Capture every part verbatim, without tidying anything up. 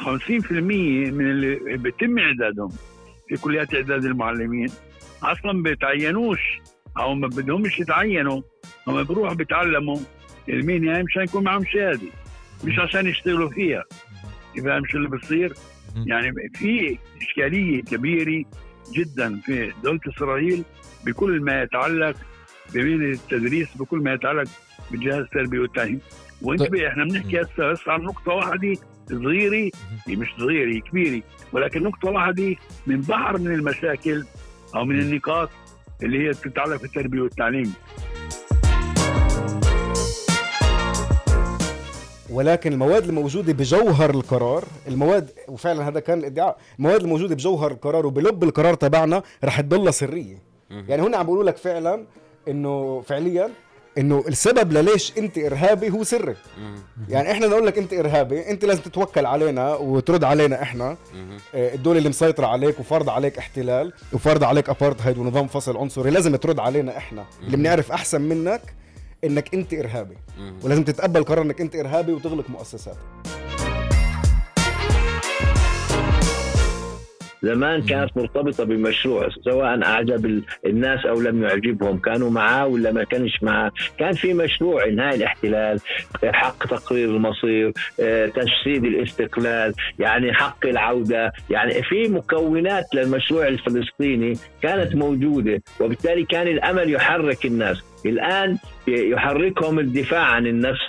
خمسين بالمئة من اللي بيتم إعدادهم في كليات إعداد المعلمين أصلاً بيتعينوش أو ما بدهمش يتعينوا، هم بيروحوا بيتعلموا المهنة مشان يكون معهم شهادة مش عشان يشتغلوا فيها. يفهم شو اللي بصير؟ يعني في إشكالية كبيرة جداً في دولة إسرائيل بكل ما يتعلق بمهنة التدريس، بكل ما يتعلق بجهاز التربية والتعليم. وانتبه احنا بنحكي هسه بس عن نقطة واحدة صغيرة، مش صغيرة كبيرة، ولكن نقطة واحدة من بحر من المشاكل أو من النقاط اللي هي تتعلق في التربية والتعليم. ولكن المواد الموجودة بجوهر القرار، المواد وفعلا هذا كان الادعاء، المواد الموجودة بجوهر القرار وبلب القرار تبعنا رح تضل سرية. يعني هنا عم بقولوا لك فعلا إنه فعليا إنه السبب لليش أنت إرهابي هو سري. يعني إحنا نقول لك أنت إرهابي، أنت لازم تتوكل علينا وترد علينا إحنا الدولة اللي مسيطرة عليك وفرض عليك احتلال وفرض عليك أبارتهايد ونظام فصل عنصري، لازم ترد علينا إحنا اللي بنعرف أحسن منك إنك أنت إرهابي، ولازم تتقبل قرار إنك أنت إرهابي وتغلق مؤسسات. زمان كانت مرتبطة بمشروع، سواء أعجب الناس أو لم يعجبهم، كانوا معاه ولا ما كانش معاه. كان في مشروع إنهاء الاحتلال، حق تقرير المصير، تجسيد الاستقلال، يعني حق العودة، يعني في مكونات للمشروع الفلسطيني كانت موجودة، وبالتالي كان الأمل يحرك الناس. الآن يحركهم الدفاع عن النفس.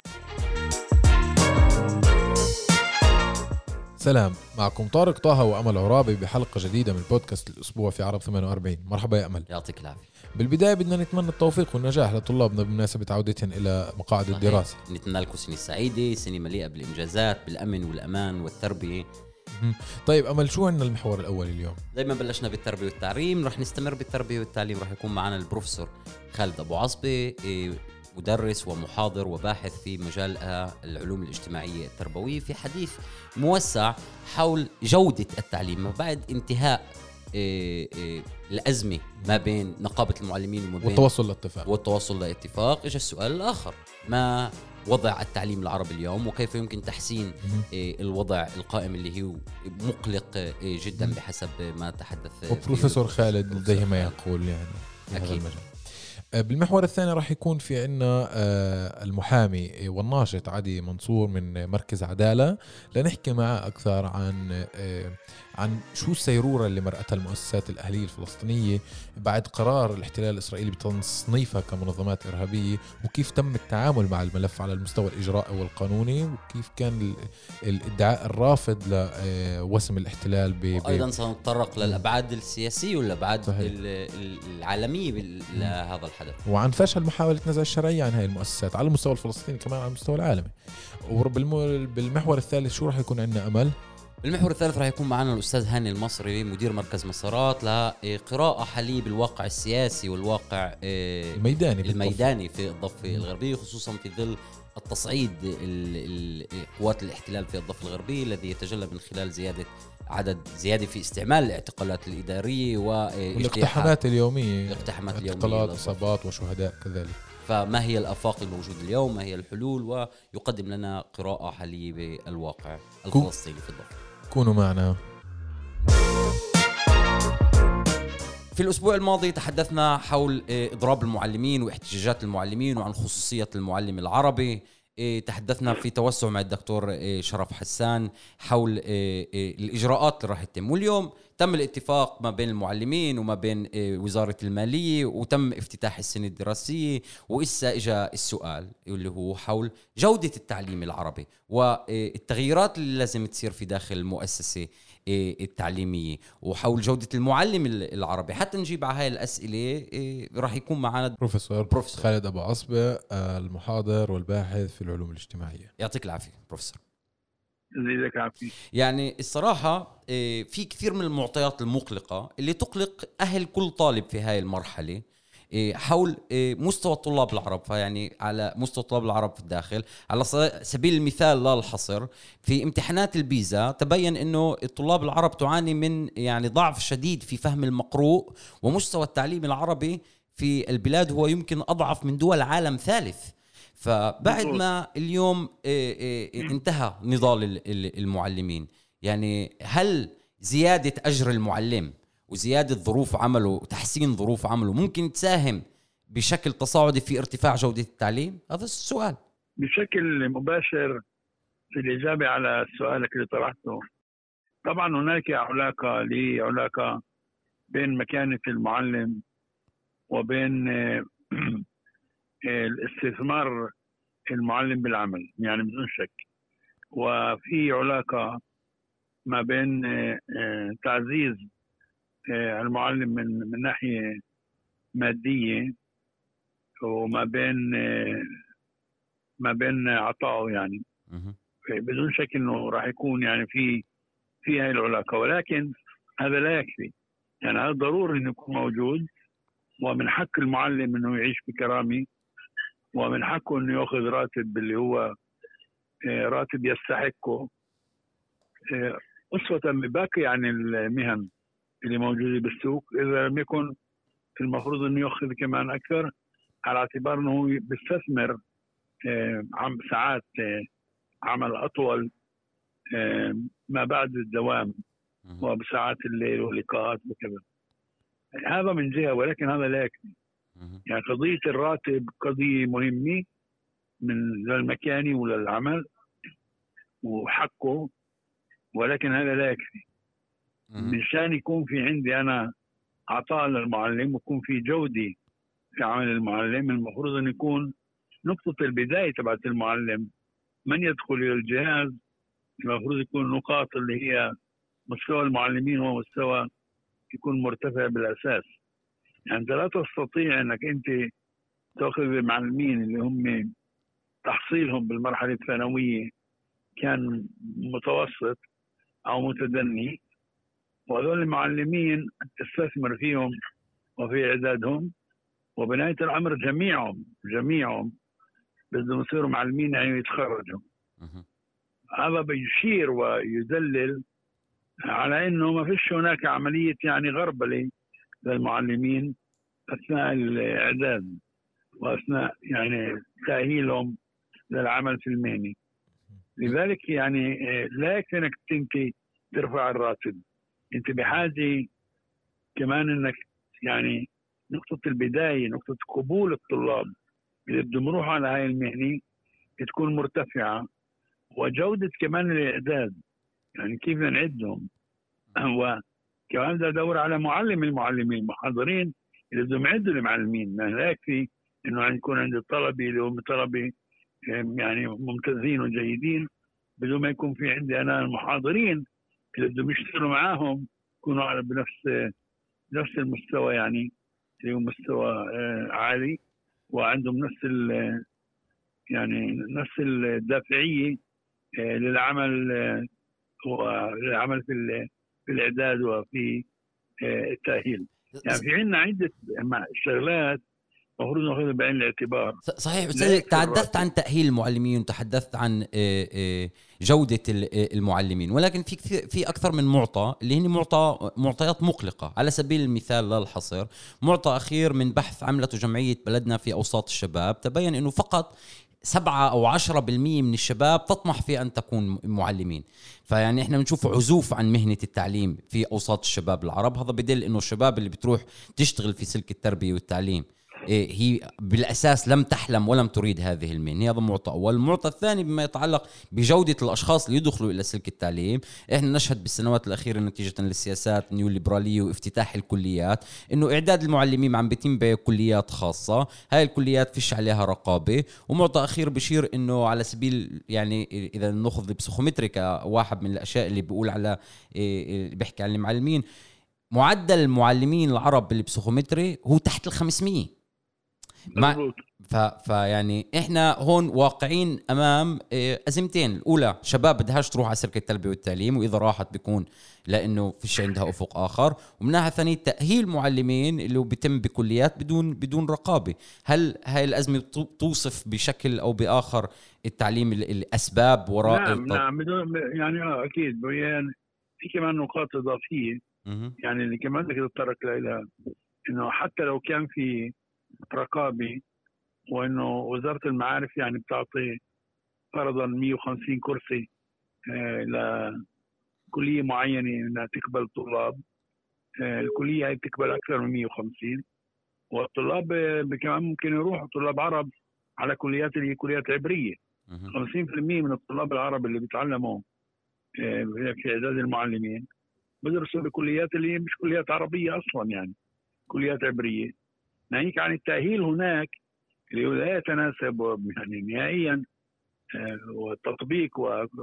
سلام، معكم طارق طه وأمل عرابي بحلقة جديدة من بودكاست الأسبوع في عرب ثمانية وأربعين. مرحبا يا أمل. يعطيك العافية. بالبداية بدنا نتمنى التوفيق والنجاح لطلابنا بمناسبة عودتهم إلى مقاعد الدراسة. نتمنى لكم سنة سعيدة، سنة مليئة بالإنجازات، بالأمن والأمان والتربية. طيب أمل، شو عندنا المحور الأول اليوم؟ زي ما بلشنا بالتربية والتعليم رح نستمر بالتربية والتعليم. رح يكون معنا البروفيسور خالد أبو عصبة، مدرس ومحاضر وباحث في مجال العلوم الاجتماعية التربوية، في حديث موسع حول جودة التعليم بعد انتهاء الأزمة ما بين نقابة المعلمين والتوصل لاتفاق والتوصل لاتفاق. إجا السؤال الآخر: ما وضع التعليم العربي اليوم وكيف يمكن تحسين الوضع القائم اللي هو مقلق جدا بحسب ما تحدث وبروفيسور خالد زي ما يقول يعني في هذا المجال. بالمحور الثاني راح يكون في عنا المحامي والناشط عدي منصور من مركز عدالة، لنحكي معه أكثر عن عن شو السيرورة اللي مرأتها المؤسسات الأهلية الفلسطينية بعد قرار الاحتلال الإسرائيلي بتصنيفها كمنظمات إرهابية، وكيف تم التعامل مع الملف على المستوى الإجرائي والقانوني، وكيف كان الادعاء الرافض لوسم الاحتلال ب... أيضا سنتطرق للأبعاد السياسية والأبعاد العالمية لهذا الحدث، وعن فشل محاولة نزع الشرعية عن هاي المؤسسات على المستوى الفلسطيني كمان على المستوى العالمي. وبالمحور الثالث شو راح يكون عندنا أمل؟ بالمحور الثالث راح يكون معنا الأستاذ هاني المصري مدير مركز مسارات لقراءة حالية بالواقع السياسي والواقع الميداني الميداني في الضفة الغربية، خصوصا في ظل التصعيد قوات الاحتلال في الضفة الغربية الذي يتجلى من خلال زيادة عدد زيادة في استعمال الاعتقالات الإدارية والاقتحامات اليومية، الاقتحامات اعتقالات، إصابات وشهداء كذلك. فما هي الآفاق الموجودة اليوم؟ ما هي الحلول؟ ويقدم لنا قراءة حالية بالواقع الفلسطيني في الضفة. كونوا معنا. في الأسبوع الماضي تحدثنا حول إضراب المعلمين واحتجاجات المعلمين وعن خصوصية المعلم العربي. تحدثنا في توسع مع الدكتور شرف حسان حول الإجراءات اللي راح تتم، واليوم تم الاتفاق ما بين المعلمين وما بين وزارة المالية وتم افتتاح السنة الدراسية. وإسا إجا السؤال اللي هو حول جودة التعليم العربي والتغييرات اللي لازم تصير في داخل المؤسسة التعليمية وحول جودة المعلم العربي. حتى نجيب على هاي الأسئلة راح يكون معنا بروفيسور, بروفيسور خالد أبو عصبة، المحاضر والباحث في العلوم الاجتماعية. يعطيك العافية بروفيسور. زيدك عافية. يعني الصراحة في كثير من المعطيات المقلقة اللي تقلق أهل كل طالب في هاي المرحلة حول مستوى الطلاب العرب. فيعني على مستوى الطلاب العرب في الداخل، على سبيل المثال لا الحصر، في امتحانات البيزا تبين انه الطلاب العرب تعاني من يعني ضعف شديد في فهم المقروء، ومستوى التعليم العربي في البلاد هو يمكن أضعف من دول عالم ثالث. فبعد ما اليوم انتهى نضال المعلمين، يعني هل زيادة أجر المعلم وزيادة ظروف عمله وتحسين ظروف عمله ممكن تساهم بشكل تصاعدي في ارتفاع جودة التعليم؟ هذا السؤال. بشكل مباشر في الإجابة على سؤالك اللي طرحته، طبعا هناك علاقة لعلاقة بين مكانة المعلم وبين الاستثمار المعلم بالعمل، يعني بدون شك. وفي علاقة ما بين تعزيز المعلم من من ناحية مادية، وما بين ما بين عطائه، يعني بدون شك انه راح يكون يعني في في هاي العلاقة. ولكن هذا لا يكفي، يعني هذا ضروري انه يكون موجود، ومن حق المعلم انه يعيش بكرامة، ومن حقه انه ياخذ راتب اللي هو راتب يستحقه أسوة بباقي يعني المهن اللي موجودة بالسوق. إذا لم يكن المفروض انه ياخذ كمان اكثر، على اعتبار انه بيستثمر عم ساعات عمل اطول ما بعد الدوام وبساعات الليل ولقاءات وكذا. هذا من جهة، ولكن هذا لا يكفي. يعني قضية الراتب قضية مهمة من للمكاني وللعمل وحقه، ولكن هذا لا يكفي. مشان يكون في عندي أنا عطاء للمعلم ويكون في جودة في عمل المعلم، المفروض أن يكون نقطة البداية تبعت المعلم من يدخل إلى الجهاز، المفروض يكون نقاط اللي هي مستوى المعلمين هو مستوى يكون مرتفع بالأساس. يعني أنت لا تستطيع أنك أنت تأخذ المعلمين اللي هم تحصيلهم بالمرحلة الثانوية كان متوسط أو متدني، وهذول المعلمين تستثمر فيهم وفي إعدادهم، وبنهاية الأمر جميعهم جميعهم بدهم يصيروا معلمين يعني يتخرجوا. هذا بيشير ويدلل على انه ما فيش هناك عمليه يعني غربله للمعلمين اثناء الاعداد واثناء يعني تاهيلهم للعمل في المهنه. لذلك يعني لا يكفي انك انت ترفع الراتب، انت بحاجه كمان انك يعني نقطه البدايه، نقطه قبول الطلاب اللي بدهم يروحوا على هاي المهنه تكون مرتفعه، وجوده كمان الاعداد، يعني كيف نعدهم. وكمان بدي ادور على معلم المعلمين المحاضرين اللي بدهم يعدوا المعلمين. ما لا يكفي انه يكون عند الطلبه اللي هم طلبه يعني ممتازين وجيدين، بدون ما يكون في عندي انا المحاضرين اللي بدهم يشتغلوا معاهم يكونوا على بنفس نفس المستوى، يعني اللي هو مستوى عالي، وعندهم نفس يعني نفس الدافعيه للعمل والعمل في في الاعداد وفي التاهيل. يعني في عندنا عده شغلات المفروض ناخذها بعين الاعتبار. صحيح أستاذ، تحدثت عن تأهيل المعلمين وتحدثت عن جودة المعلمين، ولكن في في أكثر من معطى اللي هي معطى معطيات مقلقة. على سبيل المثال لا الحصر، معطى أخير من بحث عملته جمعية بلدنا في أوساط الشباب، تبين إنه فقط سبعة أو عشرة بالمية من الشباب تطمح في أن تكون معلمين. فيعني إحنا بنشوف عزوف عن مهنة التعليم في أوساط الشباب العرب. هذا بدل إنه الشباب اللي بتروح تشتغل في سلك التربية والتعليم هي بالأساس لم تحلم ولم تريد هذه المهنة. هذا معطى أول. المعطى الثاني بما يتعلق بجودة الأشخاص اللي يدخلوا إلى سلك التعليم، إحنا نشهد بالسنوات الأخيرة نتيجة للسياسات النيوليبرالية وافتتاح الكليات إنه إعداد المعلمين عم بيتم بكليات خاصة. هاي الكليات فيش عليها رقابة. ومعطى أخير بشير إنه على سبيل يعني إذا نأخذ البسيخومتريكا واحد من الأشياء اللي بيقول على بيحكي عن المعلمين، معدل المعلمين العرب بالبسيخومتري هو تحت الخمسمية. ما ف... فيعني احنا هون واقعين امام ازمتين. الاولى شباب بدهاش تروح على سلك التربيه والتعليم، واذا راحت بيكون لانه فيش عندها افق اخر. ومن ناحيه ثانيه تاهيل معلمين اللي بيتم بكليات بدون بدون رقابه. هل هاي الازمه توصف بشكل او باخر التعليم الاسباب وراء؟ نعم الط... نعم بدون يعني اه اكيد. يعني في كمان نقاط اضافيه م- يعني اللي كمان بدك تتطرق لها، انه حتى لو كان في رقابي وانه وزاره المعارف يعني بتعطي فرضا مية وخمسين كرسي آه كليه معينه انها تقبل طلاب، الكليه هي بتقبل اكثر من مية وخمسين، والطلاب كمان ممكن يروحوا طلاب عرب على كليات اللي هي كليات عبريه. خمسين بالمية من الطلاب العرب اللي بيتعلموا في اعداد المعلمين بدرسوا بكليات اللي هي مش كليات عربيه اصلا، يعني كليات عبريه. ناهيك عن التاهيل هناك اللي لا يتناسب يعني نهائيا، والتطبيق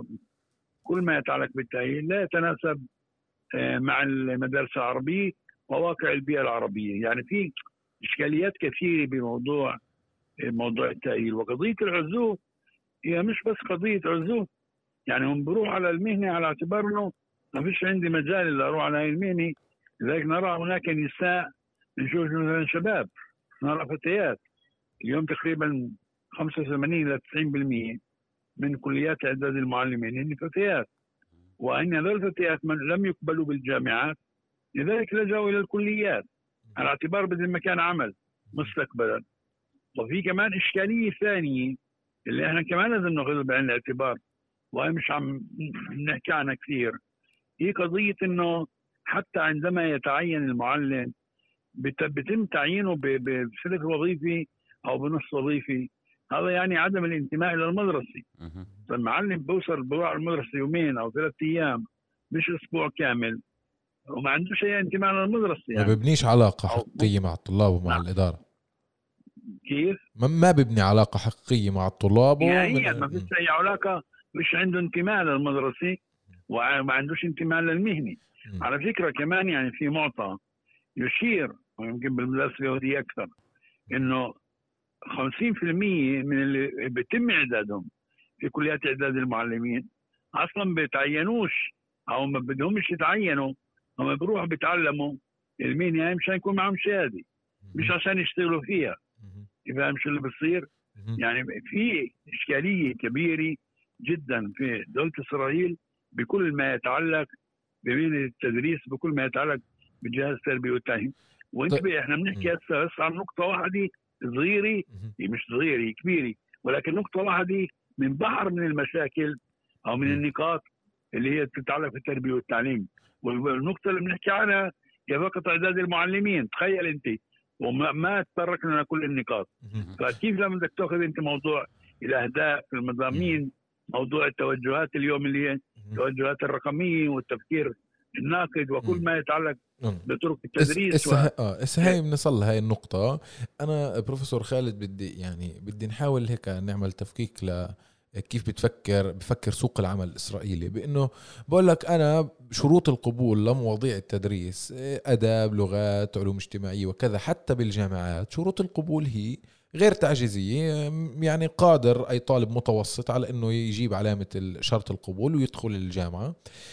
وكل ما يتعلق بالتاهيل لا يتناسب مع المدارس العربيه وواقع البيئه العربيه. يعني في اشكاليات كثيره بموضوع موضوع التاهيل. وقضيه العزوف هي مش بس قضيه عزوف، يعني هم بروح على المهنه على اعتبار انه ما فيش عندي مجال الا اروح على هاي المهنه. لذلك نرى هناك نساء، نشوف مثلا شباب، نرى فتيات. اليوم تقريبا خمسة وثمانين إلى تسعين بالمئة من كليات اعداد المعلمين هن فتيات، وان هذول الفتيات من لم يقبلوا بالجامعات، لذلك لجأوا الى الكليات على اعتبار بدل مكان عمل مستقبلا. وفي كمان اشكاليه ثانيه اللي احنا كمان لازم ناخذها بعين الاعتبار، وهي مش عم نحكي عنها كثير، هي قضيه انه حتى عندما يتعين المعلم بيتم تعيينه بثلث وظيفي او بنص وظيفي. هذا يعني عدم الانتماء الى المدرسه. فالمعلم بوصل بروح المدرسه يومين او ثلاث ايام مش اسبوع كامل وما عندوش اي انتماء للمدرسه، يعني ما ببنيش علاقه حقيقيه مع الطلاب ومع نعم. الاداره كيف؟ ما ببني علاقه حقيقيه مع الطلاب نهائيا ما فيش اي علاقه، مش عنده انتماء للمدرسه وما عندوش انتماء للمهنه. م. على فكره كمان يعني في معطى يشير، ويمكن بالمدارس اليهوديه اكثر، انه خمسين بالمئة من اللي بيتم اعدادهم في كليات اعداد المعلمين اصلا بيتعينوش او ما بدهمش يتعينوا، هم بيروحوا بيتعلموا المهنه مشان يكون معهم شهاده مش عشان يشتغلوا فيها. يفهم شو اللي بصير؟ يعني في اشكاليه كبيره جدا في دوله اسرائيل بكل ما يتعلق بمهنه التدريس، بكل ما يتعلق بجهاز التربيه والتعليم. وانتبه احنا بنحكي هسه بس عن نقطه واحده صغيره، هي مش صغيره، هي كبيره، ولكن نقطه واحده من بحر من المشاكل او من النقاط اللي هي تتعلق في التربيه والتعليم. والنقطه اللي بنحكي عنها هي فقط اعداد المعلمين. تخيل انت وما ما تطرقنا لكل النقاط. فكيف لما بدك تاخذ انت موضوع الاهداف المضامين، موضوع التوجهات اليوم اللي هي التوجهات الرقميه والتفكير الناقد وكل ما يتعلق بطرق التدريس. اس اه اس هاي بنصل لهي النقطه. انا بروفيسور خالد بدي يعني بدي نحاول هيك نعمل تفكيك ل كيف بتفكر بفكر سوق العمل الإسرائيلي، بأنه بقول لك أنا شروط القبول لمواضيع التدريس آداب، لغات، علوم اجتماعية وكذا، حتى بالجامعات شروط القبول هي غير تعجيزية. يعني قادر أي طالب متوسط على أنه يجيب علامة شرط القبول ويدخل الجامعة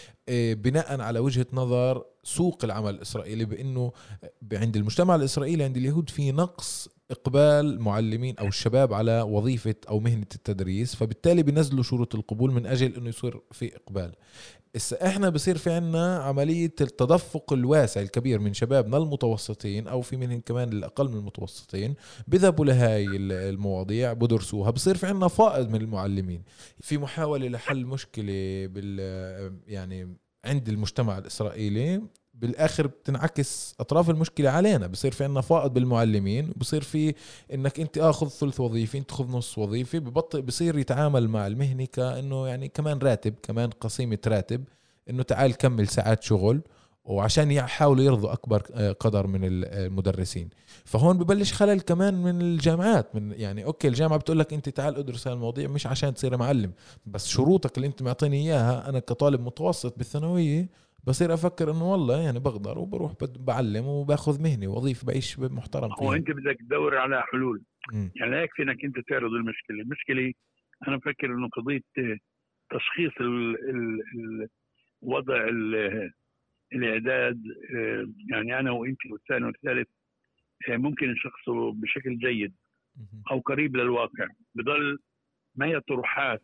بناء على وجهة نظر سوق العمل الإسرائيلي، بأنه عند المجتمع الإسرائيلي عند اليهود في نقص إقبال معلمين أو الشباب على وظيفة أو مهنة التدريس، فبالتالي بينزلوا شروط القبول من أجل أنه يصير في إقبال. إحنا بصير في عنا عملية التدفق الواسع الكبير من شبابنا المتوسطين أو في منهم كمان الأقل من المتوسطين بذهبوا لهاي المواضيع بدرسوها. بصير في عنا فائض من المعلمين في محاولة لحل مشكلة بال يعني عند المجتمع الإسرائيلي. بالآخر بتنعكس أطراف المشكلة علينا، بصير في عنا فائض بالمعلمين، بصير في إنك أنت آخذ ثلث وظيفي أنت تأخذ نص وظيفي، ببطئ بصير يتعامل مع المهنة كأنه يعني كمان راتب، كمان قسيمة راتب، إنه تعال كمل ساعات شغل، وعشان يحاولوا يرضوا أكبر قدر من المدرسين. فهون ببلش خلل كمان من الجامعات، من يعني أوكي الجامعة بتقول لك أنت تعال أدرس هالمواضيع مش عشان تصير معلم، بس شروطك اللي أنت معطيني إياها أنا كطالب متوسط بالثانوية بصير أفكر إنه والله يعني بقدر وبروح بعلم وباخذ مهنة وظيفة بعيش محترم فيها. هو أنت بدك تدور على حلول. م. يعني لا يكفي إنك أنت تعرض المشكلة. المشكلة أنا بفكر إنه قضية تشخيص ال ال ال وضع ال الإعداد، يعني أنا وأنت والثاني والثالث ممكن نشخصه بشكل جيد أو قريب للواقع. بضل ما هي الطروحات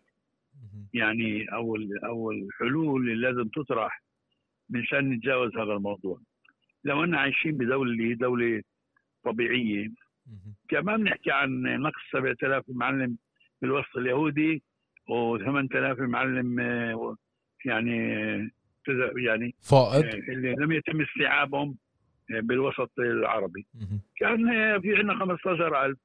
يعني أو أو الحلول اللي لازم تطرح منشان نتجاوز هذا الموضوع. لو أننا عايشين بدولة اللي هي دولة طبيعية، كمان نحكي عن نقص سبعة آلاف معلم بالوسط اليهودي و ثمانية آلاف معلم يعني يعني فائض اللي لم يتم استيعابهم بالوسط العربي. مهم. كان في عندنا خمسة عشر ألف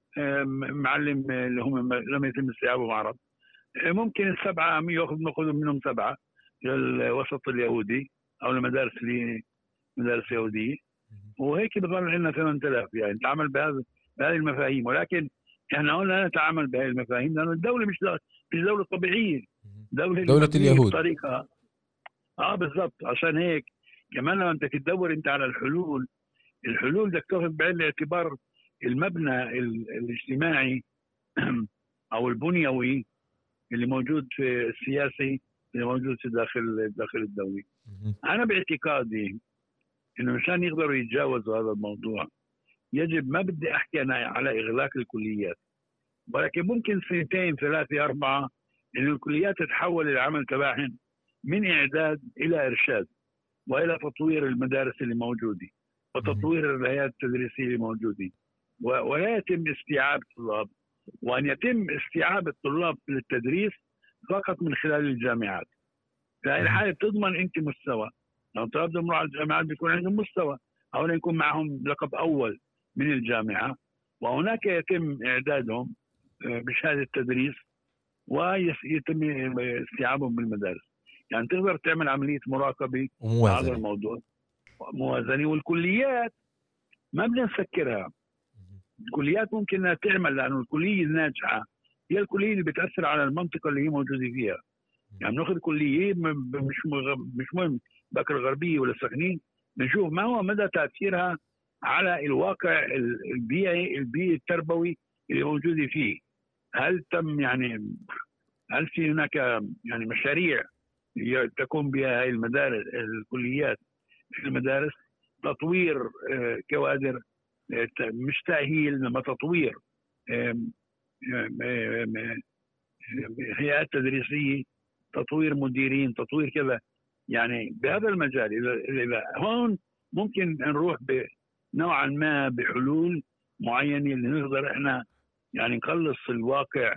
معلم اللي هم لم يتم استيعابهم عرب، ممكن السبعة ياخذ ناخذ منهم سبعة للوسط اليهودي أو المدارس اللي مدارس يهودية، وهيك بضل عندنا ثمانية آلاف. يعني نتعامل بهذه بهذه المفاهيم، ولكن احنا هون لا نتعامل بهذه المفاهيم لأن الدولة مش دولة مش دولة طبيعية، دولة, دولة اليهود بطريقة اه بالضبط. عشان هيك كمان لما بدك تدور انت على الحلول، الحلول بدك تاخذ بعين الاعتبار المبنى الاجتماعي او البنيوي اللي موجود في السياسي اللي موجود في داخل داخل الدولة. انا باعتقادي انه مشان يقدروا يتجاوزوا هذا الموضوع يجب، ما بدي احكي انا على اغلاق الكليات، ولكن ممكن سنتين ثلاثة أربعة إن الكليات تتحول العمل تبعهن من إعداد إلى إرشاد وإلى تطوير المدارس اللي موجودة وتطوير الهيئات التدريسية اللي موجودة، ولا يتم استيعاب الطلاب، وأن يتم استيعاب الطلاب للتدريس فقط من خلال الجامعات. في هذه الحالة تضمن أنت مستوى، لو الطلاب يمروا على الجامعات بيكون عندهم مستوى، أو يكون معهم لقب أول من الجامعة، وهناك يتم إعدادهم بشهادة التدريس ويتم استيعابهم بالمدارس. يعني تقدر تعمل عملية مراقبة هذا الموضوع موازنة. والكليات ما بدنا نسكرها، الكليات ممكن أنها تعمل، لأنه الكلية الناجحة هي الكلية اللي بتأثر على المنطقة اللي هي موجودة فيها. يعني نأخذ كلية مش مش مهم بكر الغربية ولا سخنين، نشوف ما هو مدى تأثيرها على الواقع البيئي البيئي التربوي اللي موجود فيه. هل تم يعني هل في هناك يعني مشاريع تقوم بها هذه المدارس الكليات في المدارس، تطوير كوادر، مش تأهيل انما تطوير هيئات تدريسية، تطوير مديرين، تطوير كذا. يعني بهذا المجال إذا هون ممكن نروح نوعا ما بحلول معينة اللي نقدر احنا يعني نقلص الواقع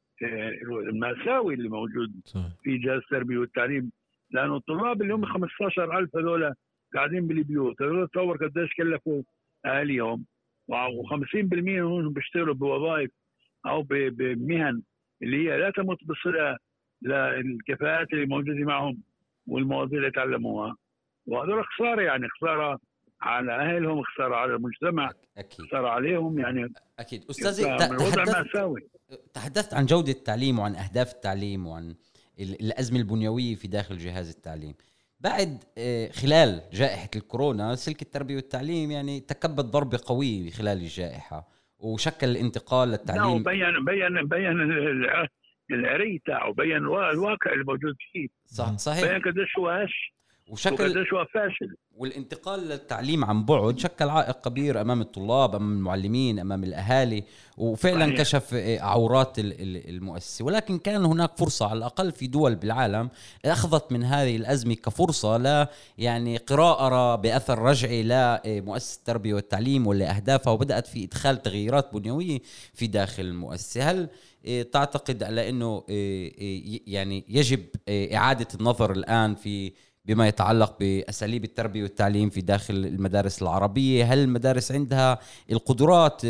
المأساوي اللي موجود في جهاز التربية والتعليم. لأنه الطلاب اليوم خمسة عشر ألف هذول قاعدين بالبيوت، هذول تصور قديش كلفوا أهاليهم، وخمسين بالمئة منهم بيشتغلوا بوظائف أو بمهن اللي هي لا تمت بصلة للكفاءات اللي موجودة معهم والمواضيع اللي تعلموها، وهذول خسارة، يعني خسارة على أهلهم، خسارة على المجتمع، أكيد. خسارة عليهم. يعني أكيد أستاذي، تحدثت, تحدثت عن جودة التعليم وعن أهداف التعليم وعن الأزمة البنيوية في داخل جهاز التعليم. بعد خلال جائحة الكورونا سلك التربية والتعليم يعني تكبد ضربة قوية خلال الجائحة، وشكل الانتقال للتعليم. بيّن بيّن بيّن العري تاعه، بيّن الواقع الموجود فيه. صح صحيح. بيّن قديش هو هش وشكل هو فاشل. والانتقال للتعليم عن بعد شكل عائق كبير أمام الطلاب، أمام المعلمين، أمام الأهالي، وفعلا صحيح. كشف عورات المؤسسة. ولكن كان هناك فرصة على الأقل في دول بالعالم أخذت من هذه الأزمة كفرصة لا يعني قراءة بأثر رجعي لمؤسسة التربية والتعليم ولأهدافها، وبدأت في إدخال تغييرات بنيوية في داخل المؤسسة. هل تعتقد على أنه يعني يجب إعادة النظر الآن في بما يتعلق بأساليب التربية والتعليم في داخل المدارس العربية؟ هل المدارس عندها القدرات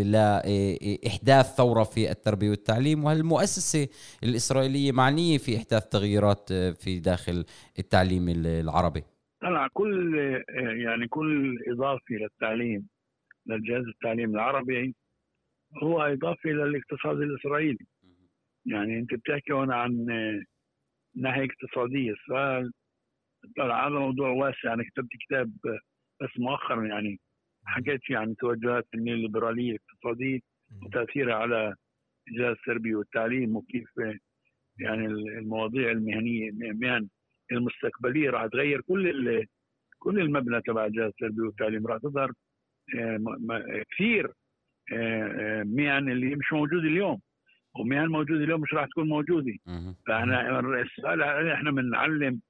لإحداث ثورة في التربية والتعليم؟ وهل المؤسسة الإسرائيلية معنية في إحداث تغييرات في داخل التعليم العربي؟ طلع كل يعني كل إضافة للتعليم للجهاز التعليم العربي هو إضافة للاقتصاد الإسرائيلي. يعني أنت بتحكي هنا عن ناحية اقتصادية، السؤال طلع هذا موضوع واسع. أنا كتبت كتاب بس مؤخرا يعني حكيت فيه عن توجهات الليبرالية الاقتصادية وتأثيرها على جهاز التربية والتعليم، وكيف يعني المواضيع المهنية المهن المستقبلية راح تغير كل كل المبنى تبع جهاز التربية والتعليم. راح تظهر كثير مهن اللي مش موجودة اليوم، ومهن موجودة اليوم مش راح تكون موجودة. فاحنا السؤال احنا بنعلم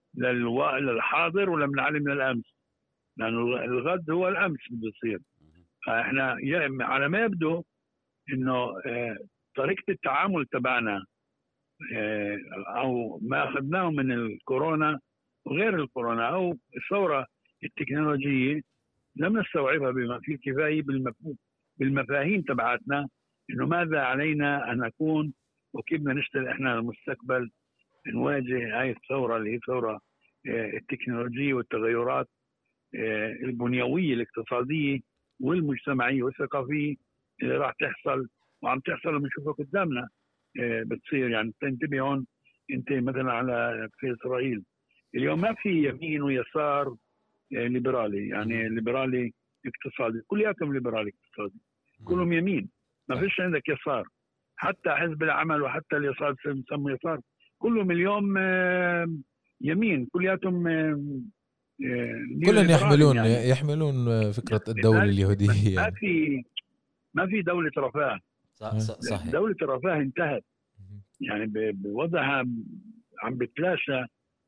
للحاضر ولا بنعلم للأمس؟ لأنه الغد هو الأمس بده يصير. فإحنا على ما يبدو إنه طريقة التعامل تبعنا أو ما أخذناه من الكورونا وغير الكورونا أو الثورة التكنولوجية لم نستوعبها بما فيه الكفاية بالمفهوم بالمفاهيم تبعتنا إنه ماذا علينا أن نكون وكيف بدنا نشتغل إحنا المستقبل نواجه هاي الثورة اللي هي ثورة التكنولوجية والتغيرات البنيوية الاقتصادية والمجتمعية والثقافية اللي راح تحصل وعم تحصل وبنشوفها قدامنا بتصير. يعني تنتبه هون انت مثلا على في اسرائيل اليوم ما في يمين ويسار ليبرالي، يعني ليبرالي اقتصادي، كلياتهم ليبرالي اقتصادي، كلهم يمين، ما فيش عندك يسار. حتى حزب العمل وحتى اليسار بسموا يسار كلهم اليوم يمين، كلياتهم كلهم يحملون يعني. يحملون فكرة الدولة اليهودية. ما في ما في دولة رفاه، صحيح. دولة الرفاه انتهت، يعني بوضعها عم بتلاشى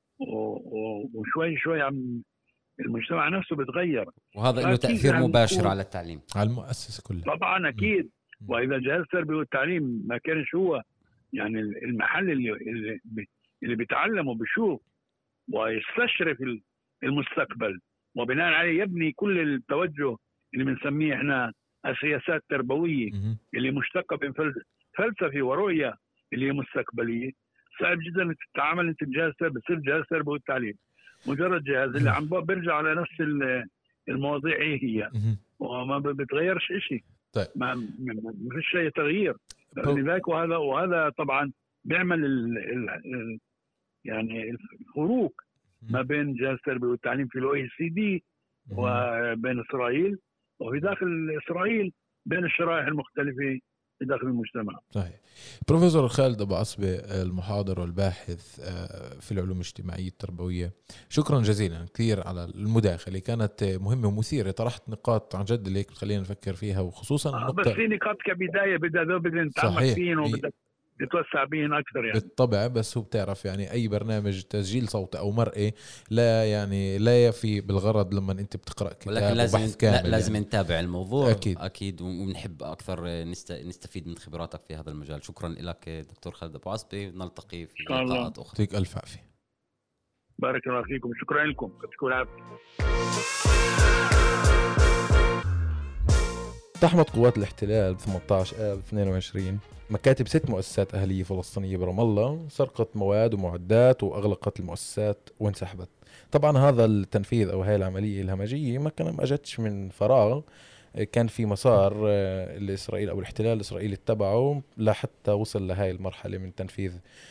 وشوي شوي عم المجتمع نفسه بتغير، وهذا له تأثير مباشر على التعليم، على المؤسسة كلها طبعا أكيد. م. وإذا جهاز التربية والتعليم ما كانش هو يعني المحل اللي اللي بيتعلم وبيشوف ويستشرف المستقبل وبناء عليه يبني كل التوجه اللي بنسميه احنا السياسات التربوية اللي مشتقة من فلسفة ورؤية اللي هي مستقبلية، صعب جدا انك تتعامل انت بجهاز تربية، بصير جهاز تربية والتعليم مجرد جهاز اللي عم بيرجع على نفس المواضيع هي وما بتغيرش إشي. طيب. ما ما فيش شيء تغيير لذلك، وهذا وهذا طبعا بيعمل ال ال يعني الفروق ما بين جهاز التربية والتعليم في الأو إي سي دي وبين إسرائيل، وفي داخل إسرائيل بين الشرائح المختلفة في داخل المجتمع. صحيح. بروفيسور خالد أبو عصبة، المحاضر والباحث في العلوم الاجتماعية التربوية، شكرا جزيلا كثير على المداخلة، كانت مهمة ومثيرة، طرحت نقاط عن جد اللي خلينا نفكر فيها، وخصوصا آه بس في نقاط كبداية بدأ بدأ نتعمق فين وبدأ نتوسع بين أكثر يعني. بالطبع، بس هو بتعرف يعني أي برنامج تسجيل صوتي أو مرئي لا يعني لا يفي بالغرض لما أنت بتقرأ كتاب وبحث كامل، لا لازم يعني نتابع الموضوع أكيد, أكيد ونحب أكثر نستفيد من خبراتك في هذا المجال. شكرا لك دكتور خالد أبو عصبة، نلتقي في لقاءات أخرى. يعطيك ألف عافية. بارك الله فيكم، شكرا لكم، يعطيكم العافية. اقتحمت قوات الاحتلال ب ثمانية عشر آب اثنين وعشرين مكاتب ست مؤسسات أهلية فلسطينية برام الله، سرقت مواد ومعدات وأغلقت المؤسسات وانسحبت. طبعا هذا التنفيذ أو هاي العملية الهمجية ما كان ما أجتش من فراغ، كان في مسار الإسرائيل أو الاحتلال الإسرائيلي اتبعه لحتى وصل لهاي المرحلة من تنفيذ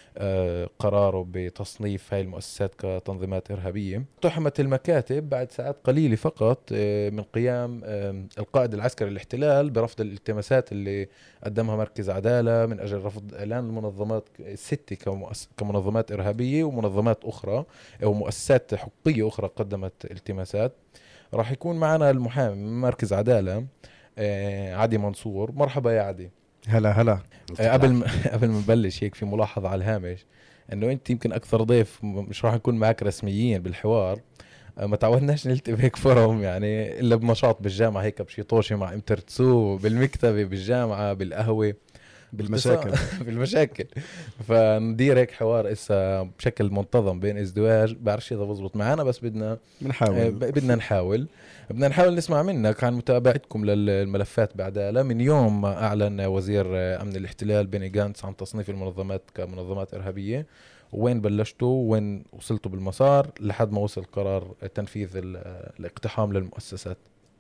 قراره بتصنيف هاي المؤسسات كتنظيمات إرهابية. اقتحمت المكاتب بعد ساعات قليلة فقط من قيام القائد العسكري الاحتلال برفض الالتماسات اللي قدمها مركز عدالة من أجل رفض إعلان المنظمات الستة كمنظمات إرهابية ومنظمات أخرى أو مؤسسات حقوقية أخرى قدمت التماسات. راح يكون معنا المحامي من مركز عدالة عادي منصور. مرحبا يا عادي. هلا هلا. قبل ما قبل ما نبلش هيك في ملاحظة على الهامش انه انت يمكن اكثر ضيف مش راح نكون معك رسميين بالحوار، ما تعودناش نلتقي بهيك فورم يعني الا بنشاط بالجامعة هيك بشي طوشي مع امترتسو بالمكتبة بالجامعة بالقهوة بالمشاكل بالمشاكل فندير هيك حوار إسا بشكل منتظم بين ازدواج. بعرفش إذا بزبط معنا بس بدنا نحاول بدنا نحاول بدنا نحاول نسمع منك عن متابعتكم للملفات بعدالة من يوم ما أعلن وزير أمن الاحتلال بيني غانتس عن تصنيف المنظمات كمنظمات إرهابية، وين بلشتوا وين وصلتوا بالمسار لحد ما وصل قرار تنفيذ الاقتحام للمؤسسات.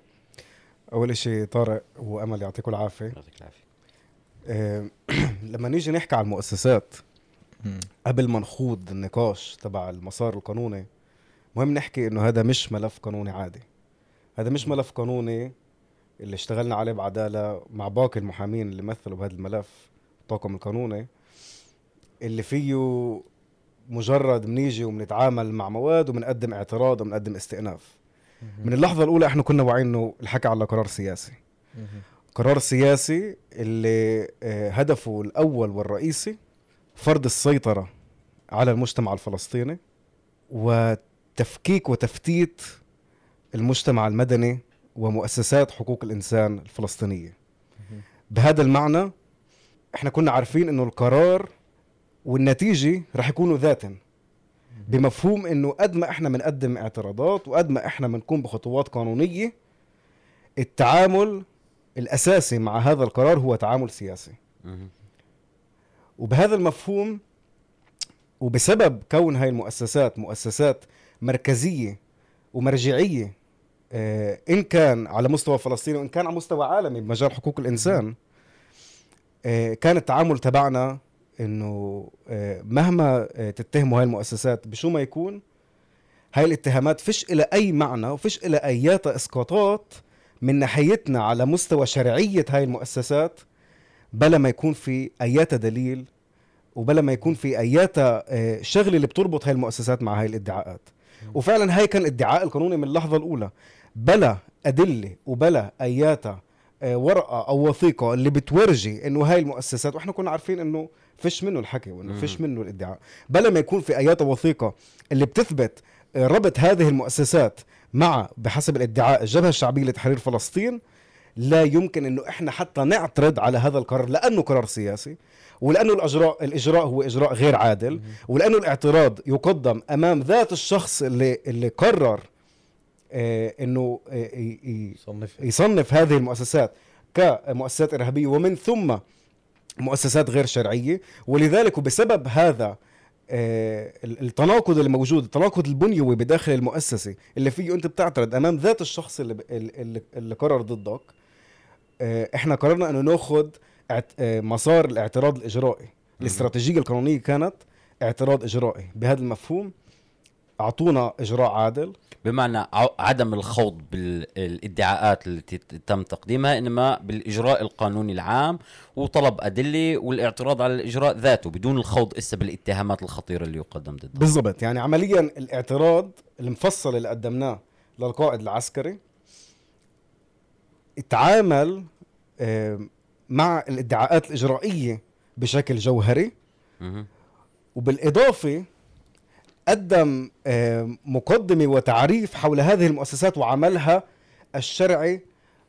أول شيء طارق وأمل يعطيكم العافية. يعطيك العافية. أه لما نيجي نحكي عن المؤسسات قبل ما نخوض النقاش تبع المسار القانوني، مهم نحكي إنه هذا مش ملف قانوني عادي، هذا مش ملف قانوني اللي اشتغلنا عليه بعدالة مع باقي المحامين اللي مثلوا بهذا الملف الطاقم القانوني اللي فيه مجرد منيجي ومنتعامل مع مواد ومنقدم اعتراض ومنقدم استئناف. من اللحظة الأولى احنا كنا واعيين إنه الحكي على قرار سياسي، قرار سياسي اللي هدفه الأول والرئيسي فرض السيطرة على المجتمع الفلسطيني وتفكيك وتفتيت المجتمع المدني ومؤسسات حقوق الإنسان الفلسطينية. بهذا المعنى احنا كنا عارفين إنه القرار والنتيجة رح يكونوا ذاتن، بمفهوم انه قد ما احنا بنقدم اعتراضات وقد ما احنا بنكون بخطوات قانونية، التعامل الاساسي مع هذا القرار هو تعامل سياسي. وبهذا المفهوم وبسبب كون هاي المؤسسات مؤسسات مركزية ومرجعية، آه إن كان على مستوى فلسطين وإن كان على مستوى عالمي بمجال حقوق الإنسان، آه كان التعامل تبعنا إنه آه مهما آه تتهموا هاي المؤسسات بشو ما يكون، هاي الاتهامات فيش إلى أي معنى وفيش إلى أيات إسقاطات من ناحيتنا على مستوى شرعية هاي المؤسسات، بلا ما يكون في أيات دليل وبلا ما يكون في أيات شغل اللي بتربط هاي المؤسسات مع هاي الادعاءات. وفعلا هاي كان ادعاء القانوني من اللحظة الأولى، بلا أدلة وبلا أيات ورقة أو وثيقة اللي بتورجي إنه هاي المؤسسات، وإحنا كنا عارفين إنه فيش منه الحكي وإنه فيش منه الادعاء، بلا ما يكون في أيات وثيقة اللي بتثبت ربط هذه المؤسسات مع بحسب الادعاء الجبهة الشعبية لتحرير فلسطين، لا يمكن إنه إحنا حتى نعترض على هذا القرار، لأنه قرار سياسي، ولأنه الإجراء الإجراء هو إجراء غير عادل، ولأنه الاعتراض يقدم أمام ذات الشخص اللي اللي قرر آه إنه آه يصنف يصنف هذه المؤسسات كمؤسسات إرهابية ومن ثم مؤسسات غير شرعية. ولذلك وبسبب هذا آه التناقض الموجود، التناقض البنيوي بداخل المؤسسة اللي فيه أنت بتعترض أمام ذات الشخص اللي اللي, اللي قرر ضدك، آه إحنا قررنا إنه نأخذ مسار الاعتراض الإجرائي. الاستراتيجية القانونية كانت اعتراض إجرائي. بهذا المفهوم أعطونا إجراء عادل، بمعنى عدم الخوض بالادعاءات التي تم تقديمها، إنما بالإجراء القانوني العام وطلب أدلة والاعتراض على الإجراء ذاته بدون الخوض إسا بالاتهامات الخطيرة اللي يقدم ضده. بالضبط. يعني عمليا الاعتراض المفصل اللي قدمناه للقائد العسكري اتعامل مع الادعاءات الإجرائية بشكل جوهري، وبالإضافة قدم مقدمة وتعريف حول هذه المؤسسات وعملها الشرعي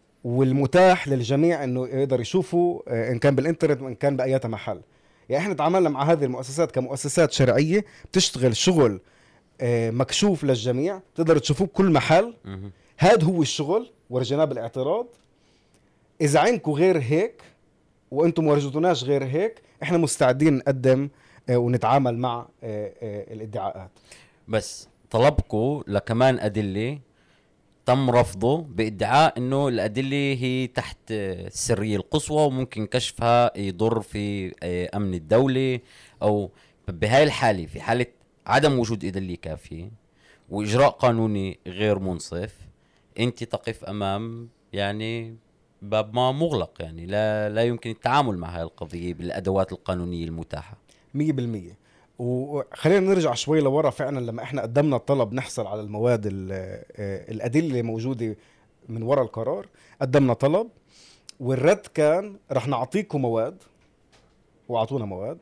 والمتاح للجميع انه يقدر يشوفوا ان كان بالانترنت وان كان بايات محل. يعني احنا تعاملنا مع هذه المؤسسات كمؤسسات شرعية بتشتغل شغل مكشوف للجميع، تقدر تشوفوه بكل محل. هذا هو الشغل، ورجيناه بالاعتراض. اذا عندكم غير هيك وانتم ما ورجتوناش غير هيك، احنا مستعدين نقدم ونتعامل مع الادعاءات. بس طلبكم لكمان أدلة تم رفضه بادعاء انه الأدلة هي تحت السرية القصوى وممكن كشفها يضر في امن الدولة، او بهاي الحالة في حالة عدم وجود أدلة كافية واجراء قانوني غير منصف، انت تقف امام يعني باب ما مغلق، يعني لا لا يمكن التعامل مع هذه القضية بالأدوات القانونية المتاحة. مية بالمية. وخلينا نرجع شوي لورا. فعلا لما احنا قدمنا الطلب نحصل على المواد الأدلة اللي موجودة من وراء القرار، قدمنا طلب والرد كان رح نعطيكم مواد، وعطونا مواد،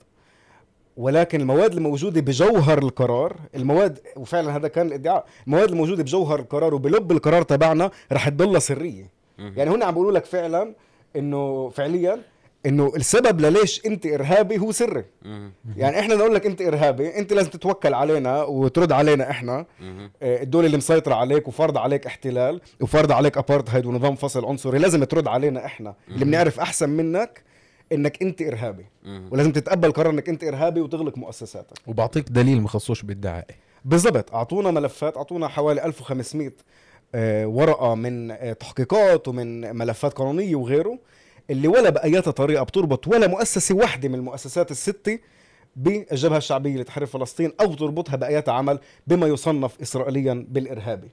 ولكن المواد الموجودة بجوهر القرار، المواد وفعلا هذا كان الادعاء، المواد الموجودة بجوهر القرار وبلب القرار تبعنا رح تضل سرية. يعني هنا عم بقولوا لك فعلا انه فعليا انه السبب لليش انت ارهابي هو سري. يعني احنا نقول لك انت ارهابي، انت لازم تتوكل علينا وترد علينا احنا، الدولة اللي مسيطرة عليك وفرض عليك احتلال وفرض عليك ابارتهايد ونظام فصل عنصري، لازم ترد علينا احنا اللي بنعرف احسن منك انك انت ارهابي، ولازم تتقبل قرار انك انت ارهابي وتغلق مؤسساتك. وبعطيك دليل مخصوش بادعائي. بالضبط. اعطونا ملفات، اعطونا حوالي ألف وخمسمية ورقة من تحقيقات ومن ملفات قانونية وغيره، اللي ولا بأي طريقة بتربط ولا مؤسسة واحدة من المؤسسات الستة بالجبهة الشعبية لتحرير فلسطين، أو تربطها بأي عمل بما يصنف إسرائيليا بالإرهابي.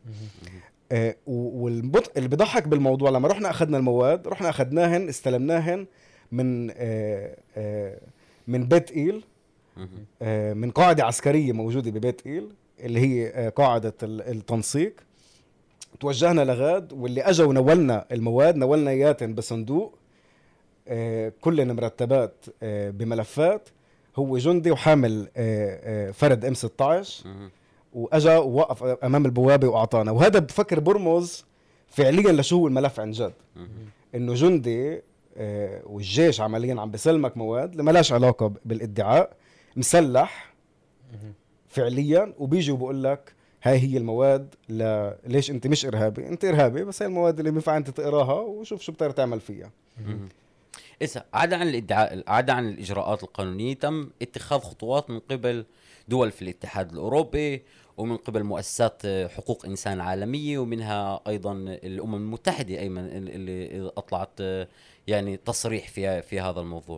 آه والبط اللي بيضحك بالموضوع، لما رحنا أخذنا المواد، رحنا أخذناهن استلمناهن من آه آه من بيت إيل، آه من قاعدة عسكرية موجودة ببيت إيل اللي هي آه قاعدة التنسيق. توجهنا لغاد، واللي أجا ونولنا المواد نولنا إياتن بصندوق آه كلنا مرتبات آه بملفات. هو جندي وحامل آه آه فرد ام ستة عشر، وأجا ووقف أمام البوابة وأعطانا. وهذا بفكر برمز فعليا لشو هو الملف عن جد، إنه جندي آه والجيش عمليا عم بسلمك مواد اللي ملاش علاقة بالادعاء، مسلح فعليا، وبيجي وبقول لك هاي هي المواد، لا ليش انت مش ارهابي، انت ارهابي بس هي المواد اللي بينفع انت تقراها وشوف شو بتقدر تعمل فيها. إذا عدا عن الادعاء عدا عن الاجراءات القانونيه، تم اتخاذ خطوات من قبل دول في الاتحاد الاوروبي ومن قبل مؤسسات حقوق انسان عالميه، ومنها ايضا الامم المتحده ايمن اللي اطلعت يعني تصريح في في هذا الموضوع.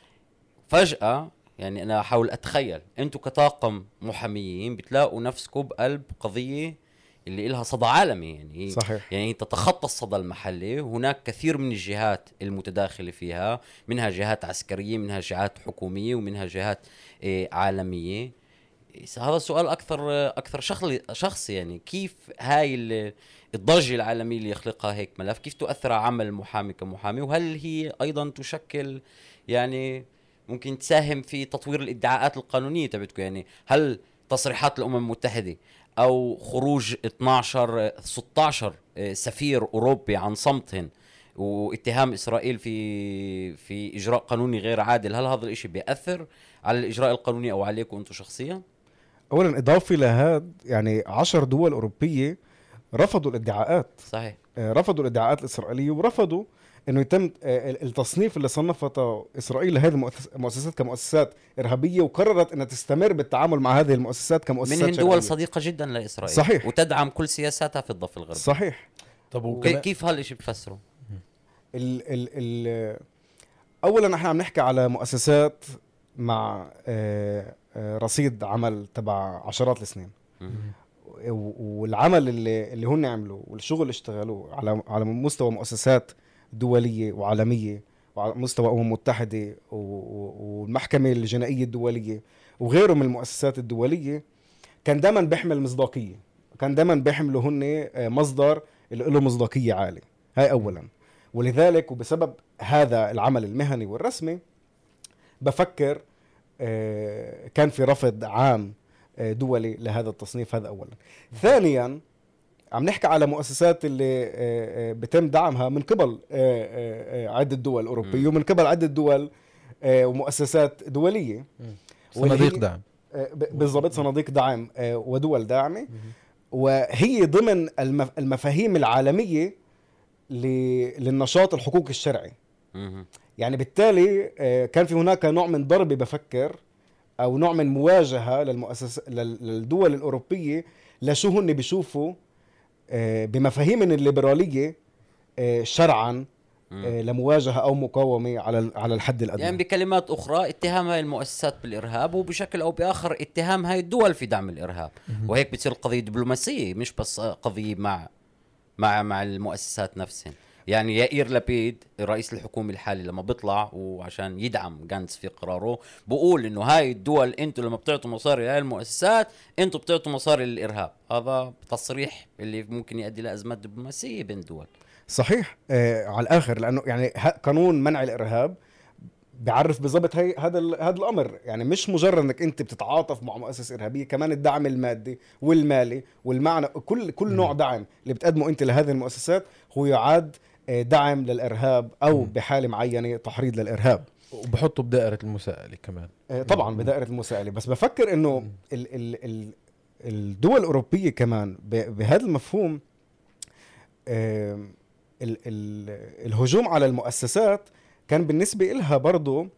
فجاه يعني انا احاول اتخيل انتم كطاقم محاميين بتلاقوا نفسكم بقلب قضيه اللي لها صدى عالمي، يعني صحيح. يعني تتخطى الصدى المحلي. هناك كثير من الجهات المتداخله فيها، منها جهات عسكريه، منها جهات حكوميه، ومنها جهات إيه عالميه. هذا السؤال اكثر اكثر شخصي شخصي يعني كيف هاي الضجه العالميه اللي يخلقها هيك ملف كيف تؤثر على عمل المحامي كمحامي، وهل هي ايضا تشكل يعني ممكن تساهم في تطوير الادعاءات القانونيه تبعتكم؟ يعني هل تصريحات الامم المتحده او خروج اثناشر ستة عشر سفير اوروبي عن صمتهم واتهام اسرائيل في في اجراء قانوني غير عادل، هل هذا الاشي بيأثر على الاجراء القانوني او عليكم انتم شخصيا؟ اولا اضافي لهذا، يعني عشر دول اوروبيه رفضوا الادعاءات. صحيح. رفضوا الادعاءات الاسرائيليه، ورفضوا انه يتم التصنيف اللي صنفته اسرائيل لهذه المؤسسات كمؤسسات ارهابيه، وقررت انها تستمر بالتعامل مع هذه المؤسسات كمؤسسات منهن دول صديقه جدا لاسرائيل. صحيح. وتدعم كل سياساتها في الضفه الغربيه. صحيح. طب وكيف كيف هالشيء بفسره؟ ال ال ال اولا احنا عم نحكي على مؤسسات مع رصيد عمل تبع عشرات السنين، والعمل اللي اللي هن عملوه والشغل اللي اشتغلوه على على مستوى مؤسسات دوليه وعالميه وعلى مستوى امم متحده والمحكمه الجنائيه الدوليه وغيره من المؤسسات الدوليه، كان دائما بيحمل مصداقيه، كان دائما بيحملوا هن مصدر اللي له مصداقيه عاليه. هاي اولا. ولذلك وبسبب هذا العمل المهني والرسمي بفكر كان في رفض عام دولي لهذا التصنيف. هذا اولا. ثانيا عم نحكي على مؤسسات اللي بتم دعمها من قبل عدة دول أوروبية ومن قبل عدة دول ومؤسسات دولية، صناديق دعم بالضبط، صناديق دعم ودول داعمة، وهي ضمن المفاهيم العالمية للنشاط الحقوقي الشرعي. يعني بالتالي كان في هناك نوع من ضرب بفكر أو نوع من مواجهة للمؤسسة للدول الأوروبية لشو هن بيشوفوا بمفاهيم الليبرالية شرعا لمواجهة أو مقاومة على على الحد الأدنى. يعني بكلمات أخرى اتهام هاي المؤسسات بالإرهاب، وبشكل أو بآخر اتهام هاي الدول في دعم الإرهاب. وهيك بتصير القضية دبلوماسية، مش بس قضية مع مع مع المؤسسات نفسهم. يعني يائير لبيد رئيس الحكومة الحالي لما بيطلع وعشان يدعم جانتس في قراره بقول انه هاي الدول انتوا لما بتعطوا مصاري لهاي المؤسسات انتوا بتعطوا مصاري للإرهاب. هذا تصريح اللي ممكن يؤدي لأزمات دبلوماسية بين دول. صحيح. آه على الآخر، لأنه يعني قانون منع الإرهاب بيعرف بالضبط هي هذا هذا الأمر. يعني مش مجرد انك انت بتتعاطف مع مؤسسة إرهابية، كمان الدعم المادي والمالي والمعنى كل كل نوع دعم اللي بتقدمه انت لهذه المؤسسات هو يعد دعم للإرهاب أو بحالة معينة تحريض للإرهاب، وبحطوا بدائرة المساءلة كمان. طبعا بدائرة المساءلة. بس بفكر إنه ال ال ال الدول الأوروبية كمان بهذا المفهوم ال ال الهجوم على المؤسسات كان بالنسبة إلها برضو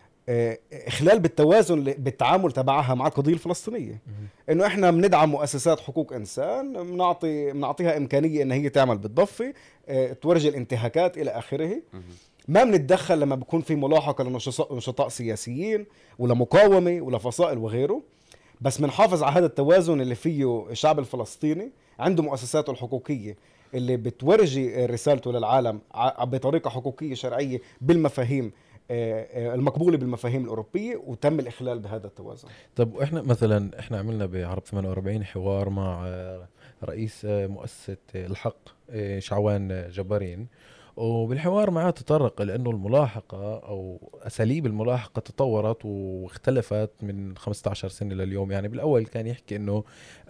إخلال بالتوازن بالتعامل تبعها مع القضية الفلسطينية. إنه إحنا بندعم مؤسسات حقوق إنسان، بنعطي بنعطيها إمكانية إن هي تعمل بالضفة، تورجي الانتهاكات إلى آخره. ما بنتدخل لما بيكون في ملاحقة لنشطاء سياسيين ولا مقاومة ولا فصائل وغيره، بس بنحافظ على هذا التوازن اللي فيه الشعب الفلسطيني عنده مؤسساته الحقوقية اللي بتورجي رسالته للعالم بطريقة حقوقية شرعية بالمفاهيم المقبولة بالمفاهيم الأوروبية، وتم الإخلال بهذا التوازن. طب إحنا مثلا إحنا عملنا بعرب ثمانية وأربعين حوار مع رئيس مؤسسة الحق شعوان جبارين، وبالحوار معه تطرق لأنه الملاحقة أو أساليب الملاحقة تطورت واختلفت من خمسة عشر سنة لليوم. يعني بالأول كان يحكي إنه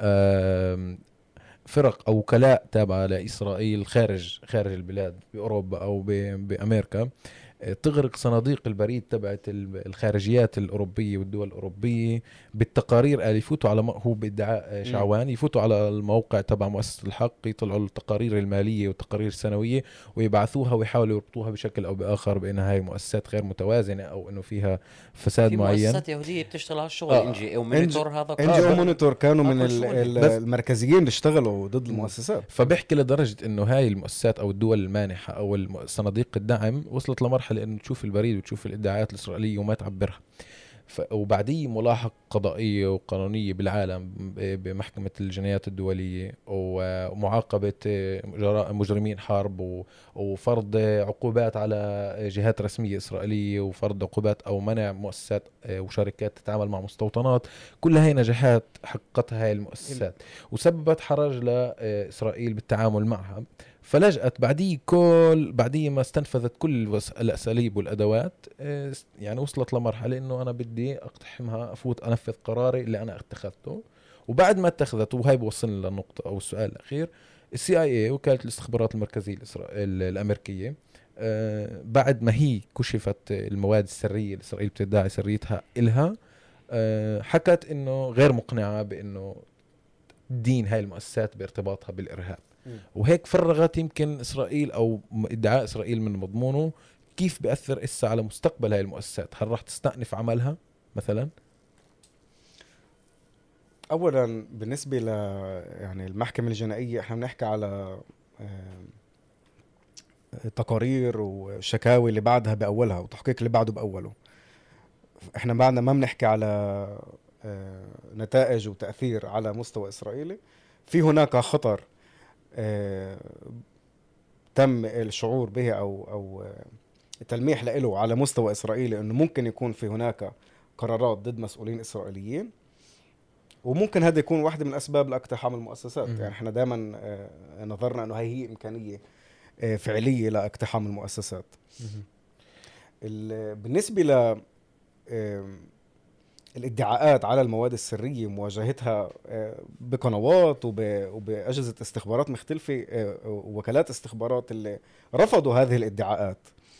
فرق أو وكلاء تابعة لإسرائيل خارج خارج البلاد بأوروبا أو بأمريكا تغرق صناديق البريد تبعت الخارجيات الأوروبية والدول الأوروبية بالتقارير. قال يفوتوا على هو بادعاء شعوان يفوتوا على الموقع تبع مؤسسة الحق يطلعوا التقارير المالية والتقارير السنوية ويبعثوها ويحاولوا يربطوها بشكل أو بآخر بأنها هي مؤسسات غير متوازنة أو إنه فيها فساد في معين. في مؤسسات يهودية بتشتغل على الشغل آه. إنجي أو مونيتور هذا إنجي أو مونيتور كانوا من المركزيين اللي اشتغلوا ضد المؤسسات. فبحكي لدرجة إنه هاي المؤسسات أو الدول المانحة أو صناديق الدعم وصلت لمرحلة إنه تشوف البريد وتشوف الادعاءات الإسرائيلية وما تعبرها. وبعديه ملاحق قضائية وقانونية بالعالم بمحكمة الجنايات الدولية ومعاقبة مجرمين حرب وفرض عقوبات على جهات رسمية إسرائيلية وفرض عقوبات أو منع مؤسسات وشركات تتعامل مع مستوطنات. كل هاي نجاحات حققتها هاي المؤسسات وسببت حرج لإسرائيل بالتعامل معها. فلجأت بعديه كل بعديه ما استنفذت كل الأساليب والأدوات يعني وصلت لمرحلة إنه أنا بدي أقتحمها أفوت أنفذ قراري اللي أنا اتخذته. وبعد ما اتخذته وهي بوصلنا للنقطة أو السؤال الأخير السي آي إيه وكالة الاستخبارات المركزية الأمريكية بعد ما هي كشفت المواد السرية اللي إسرائيل بتدعي سريتها إلها حكت إنه غير مقنعة بإنه دين هاي المؤسسات بارتباطها بالإرهاب. وهيك فرغت يمكن إسرائيل أو ادعاء إسرائيل من مضمونه. كيف بيأثر إسا على مستقبل هاي المؤسسات؟ هل راح تستأنف عملها مثلا؟ أولا بالنسبة ل يعني المحكمة الجنائية احنا بنحكي على تقارير وشكاوي اللي بعدها بأولها وتحقيق اللي بعده بأوله. احنا بعدنا ما بنحكي على نتائج وتأثير على مستوى إسرائيلي. في هناك خطر آه، تم الشعور به أو, أو التلميح له على مستوى إسرائيلي أنه ممكن يكون في هناك قرارات ضد مسؤولين إسرائيليين وممكن هذا يكون واحدة من أسباب لاقتحام المؤسسات. يعني احنا دائما آه، نظرنا أنه هي هي إمكانية آه، فعلية لاقتحام المؤسسات. بالنسبة ل آه، الادعاءات على المواد السرية مواجهتها بقنوات وبأجهزة استخبارات مختلفة ووكالات استخبارات اللي رفضوا هذه الادعاءات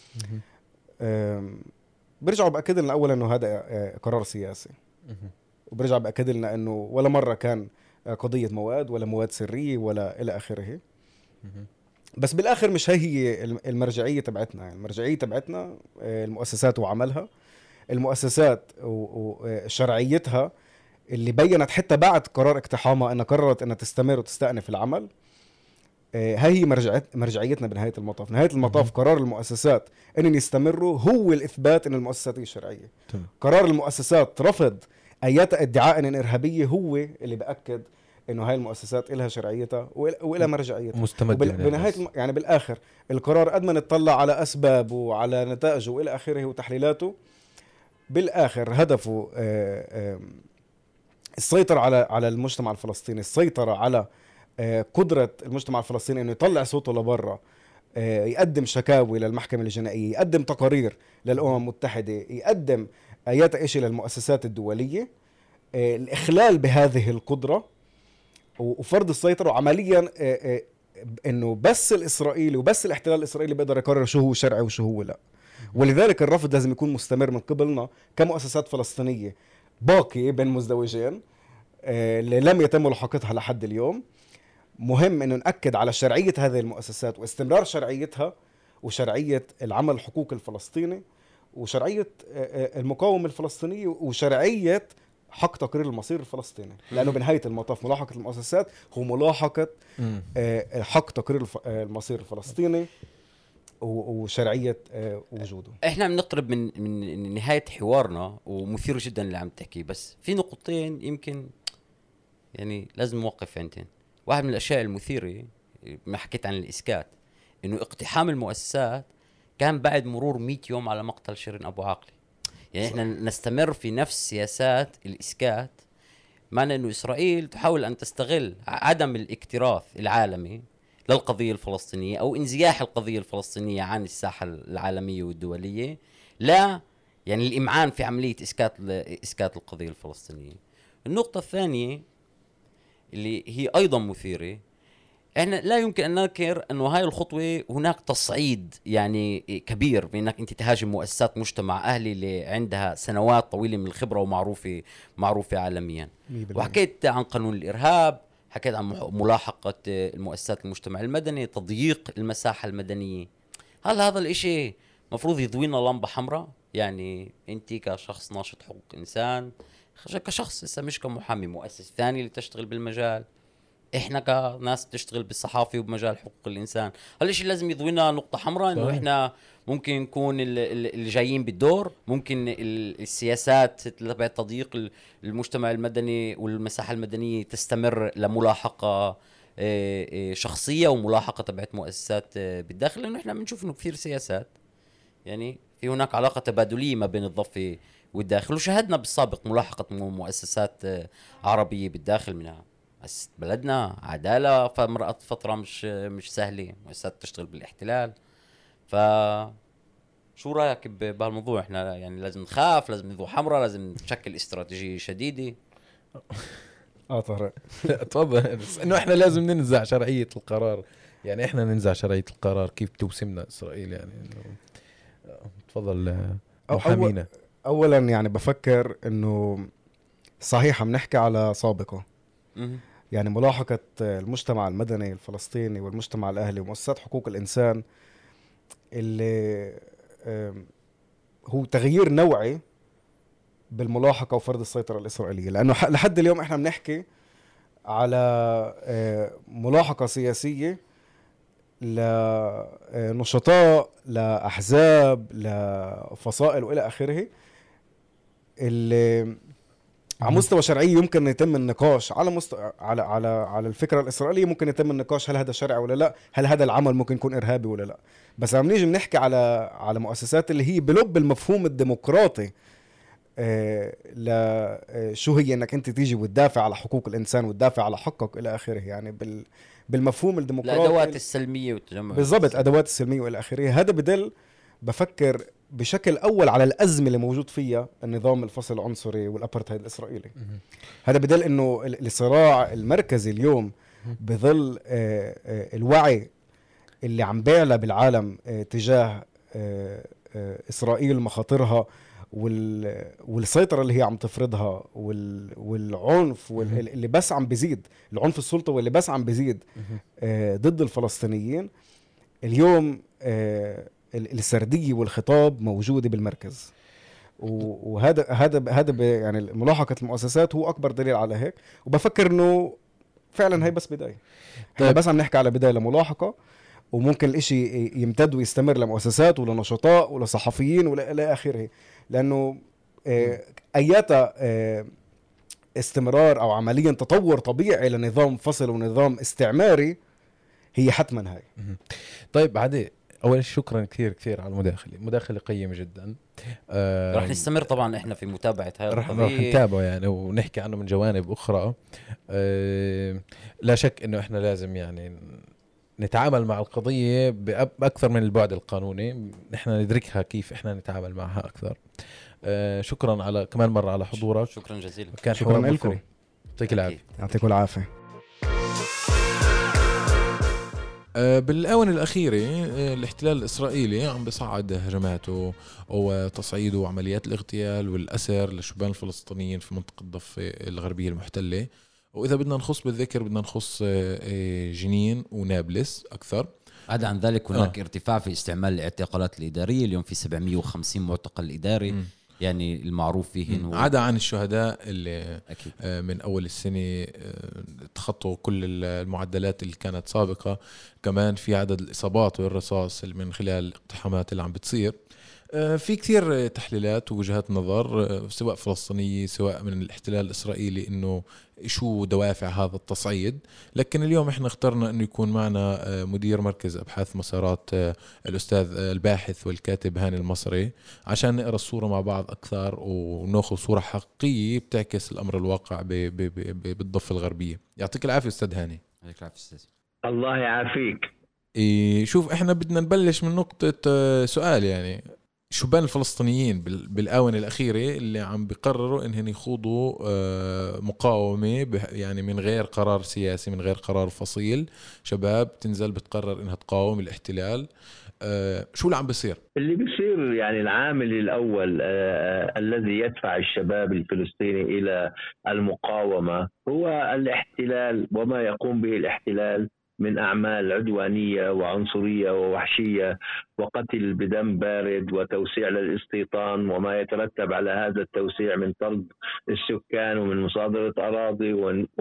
برجعوا بأكد لنا أولا أنه هذا قرار سياسي وبرجع بأكد لنا أنه ولا مرة كان قضية مواد ولا مواد سرية ولا إلى آخره. بس بالآخر مش هي المرجعية تبعتنا. المرجعية تبعتنا المؤسسات وعملها. المؤسسات وشرعيتها اللي بيّنت حتى بعد قرار اقتحامها أنها قررت أنها تستمر وتستأنف العمل. هاي مرجعيتنا بنهاية المطاف. نهاية المطاف قرار المؤسسات أن يستمروا هو الإثبات أن المؤسسات هي شرعية. قرار المؤسسات رفض أيات ادعاء أن إرهابية هو اللي بأكد أنه هاي المؤسسات إلها شرعيتها وإلها مرجعيتها مستمدة. بنهاية الم... يعني بالآخر القرار قد ما نطلع على أسبابه وعلى نتائجه وإلى آخره وتحليلاته بالآخر هدفه السيطرة على على المجتمع الفلسطيني. السيطرة على قدرة المجتمع الفلسطيني إنه يطلع صوته لبرا، يقدم شكاوي للمحكمة الجنائية، يقدم تقارير للأمم المتحدة، يقدم آيات إشي للمؤسسات الدولية. الإخلال بهذه القدرة وفرض السيطرة وعمليا إنه بس الإسرائيلي وبس الاحتلال الإسرائيلي بيقدر يقرر شو هو شرعي وشو هو لا. ولذلك الرفض لازم يكون مستمر من قبلنا كمؤسسات فلسطينية باقي بين مزدوجين اللي لم يتم لحقتها لحد اليوم. مهم أن نأكد على شرعية هذه المؤسسات واستمرار شرعيتها وشرعية العمل الحقوقي الفلسطيني وشرعية المقاومة الفلسطينية وشرعية حق تقرير المصير الفلسطيني، لأنه بنهاية المطاف ملاحقة المؤسسات هو ملاحقة حق تقرير المصير الفلسطيني وشرعية وجوده. احنا بنقترب من من نهاية حوارنا ومثير جدا اللي عم تحكي، بس في نقطتين يمكن يعني لازم نوقف عندهن. واحد من الأشياء المثيرة ما حكيت عن الإسكات، إنه اقتحام المؤسسات كان بعد مرور مئة يوم على مقتل شيرين أبو عاقلة. يعني إحنا نستمر في نفس سياسات الإسكات، معنى إنه إسرائيل تحاول أن تستغل عدم الاكتراث العالمي للقضية الفلسطينية أو انزياح القضية الفلسطينية عن الساحة العالمية والدولية، لا يعني الإمعان في عملية إسكات إسكات القضية الفلسطينية. النقطة الثانية اللي هي أيضا مثيرة، احنا لا يمكن ان ننكر انه هاي الخطوه هناك تصعيد يعني كبير بانك انت تهاجم مؤسسات مجتمع اهلي اللي عندها سنوات طويله من الخبره ومعروفه معروفه عالميا. وحكيت عن قانون الارهاب، حكيت عن ملاحقه المؤسسات المجتمع المدني، تضييق المساحه المدنيه. هل هذا الاشي مفروض يضوينا لمبه حمراء؟ يعني انت كشخص ناشط حقوق انسان، كشخص لسه مش كمحامي، مؤسس ثاني اللي تشتغل بالمجال، احنا كناس بتشتغل بالصحافه وبمجال حقوق الانسان، هالشيء لازم يضوينا نقطه حمراء انه احنا ممكن نكون اللي جايين بالدور، ممكن السياسات تبع تضييق المجتمع المدني والمساحه المدنيه تستمر لملاحقه شخصيه وملاحقه تبعت مؤسسات بالداخل، لانه احنا بنشوف انه كثير سياسات يعني في هناك علاقه تبادليه ما بين الضفه والداخل، وشاهدنا بالسابق ملاحقه مؤسسات عربيه بالداخل، منها مؤسسة بلدنا عدالة فمرأت فترة مش مش سهلة، مؤسسات تشتغل بالاحتلال. ف شو رأيك بهالموضوع؟ احنا يعني لازم نخاف، لازم نضوي حمراء، لازم نشكل استراتيجية شديدة؟ اه طارق تفضل. بس انه احنا لازم ننزع شرعية القرار، يعني احنا ننزع شرعية القرار كيف توسمنا اسرائيل، يعني تفضل محامينا. اولا يعني بفكر انه صحيح عم نحكي على سابقة، يعني ملاحقة المجتمع المدني الفلسطيني والمجتمع الأهلي ومؤسسات حقوق الإنسان اللي هو تغيير نوعي بالملاحقة وفرض السيطرة الإسرائيلية، لأنه لحد اليوم إحنا بنحكي على ملاحقة سياسية لنشطاء، لأحزاب، لفصائل وإلى آخره، اللي على مستوى شرعي يمكن يتم النقاش، على مستوى على على على الفكره الاسرائيليه ممكن يتم النقاش هل هذا شرعي ولا لا، هل هذا العمل ممكن يكون ارهابي ولا لا. بس عم نيجي بنحكي على على مؤسسات اللي هي بلب المفهوم الديمقراطي، آه لا شو هي انك انت تيجي وتدافع على حقوق الانسان وتدافع على حقك الى اخره، يعني بال بالمفهوم الديمقراطي، الادوات السلميه والتجمع بالضبط، ادوات السلميه والى اخره. هذا بدل بفكر بشكل أول على الأزمة اللي موجود فيها النظام الفصل العنصري والأبرتايد الإسرائيلي. هذا بدل إنه الصراع المركزي اليوم بظل الوعي اللي عم بيعلى بالعالم تجاه إسرائيل ومخاطرها والسيطرة اللي هي عم تفرضها والعنف اللي بس عم بيزيد، العنف السلطوي واللي بس عم بيزيد ضد الفلسطينيين. اليوم السردية والخطاب موجودة بالمركز، وهذا هذا هذا يعني ملاحقة المؤسسات هو أكبر دليل على هيك. وبفكر إنه فعلا هي بس بداية، احنا بس عم نحكي على بداية لملاحقة، وممكن الاشي يمتد ويستمر لمؤسسات ولنشطاء ولصحفيين ولا آخره، لأنه أياتا استمرار أو عمليا تطور طبيعي لنظام فصل ونظام استعماري هي حتما هاي. طيب عادي، أول شكرا كثير كثير على المداخلة، مداخلة قيمة جدا. آه رح نستمر طبعا احنا في متابعة هذا رح, رح نتابعه يعني ونحكي عنه من جوانب أخرى. آه لا شك إنه احنا لازم يعني نتعامل مع القضية بأكثر من البعد القانوني، نحن ندركها كيف احنا نتعامل معها أكثر. آه شكرا على كمان مرة على حضورك، شكرا جزيلا، كان شكرا لكم، يعطيك العافية. يعطيكم العافية. بالآونة الأخيرة الاحتلال الإسرائيلي عم بصعد هجماته وتصعيده وعمليات الاغتيال والأسر للشبان الفلسطينيين في منطقة الضفة الغربية المحتلة، وإذا بدنا نخص بالذكر بدنا نخص جنين ونابلس أكثر. عدا عن ذلك هناك آه. ارتفاع في استعمال الاعتقالات الإدارية، اليوم في سبعمية وخمسين معتقل إداري م. يعني المعروف فيه إنه عدا عن الشهداء اللي أكيد. من أول السنة تخطوا كل المعدلات اللي كانت سابقة، كمان في عدد الإصابات والرصاص اللي من خلال الاقتحامات اللي عم بتصير. في كثير تحليلات ووجهات نظر سواء فلسطينية سواء من الاحتلال الإسرائيلي إنه شو دوافع هذا التصعيد، لكن اليوم احنا اخترنا انه يكون معنا مدير مركز ابحاث مسارات الاستاذ الباحث والكاتب هاني المصري عشان نقرا الصوره مع بعض اكثر وناخذ صوره حقيقيه بتعكس الامر الواقع بالضفه الغربيه. يعطيك العافيه استاذ هاني. يعطيك العافيه استاذ. الله يعافيك. إيه شوف احنا بدنا نبلش من نقطه سؤال، يعني الشبان الفلسطينيين بالآونة الأخيرة اللي عم بيقرروا إنهم يخوضوا مقاومة يعني من غير قرار سياسي، من غير قرار فصيل، شباب تنزل بتقرر إنها تقاوم الاحتلال. شو اللي عم بيصير؟ اللي بيصير يعني العامل الأول آه الذي يدفع الشباب الفلسطيني إلى المقاومة هو الاحتلال وما يقوم به الاحتلال من أعمال عدوانية وعنصرية ووحشية وقتل بدم بارد وتوسيع للاستيطان وما يترتب على هذا التوسيع من طرد السكان ومن مصادرة أراضي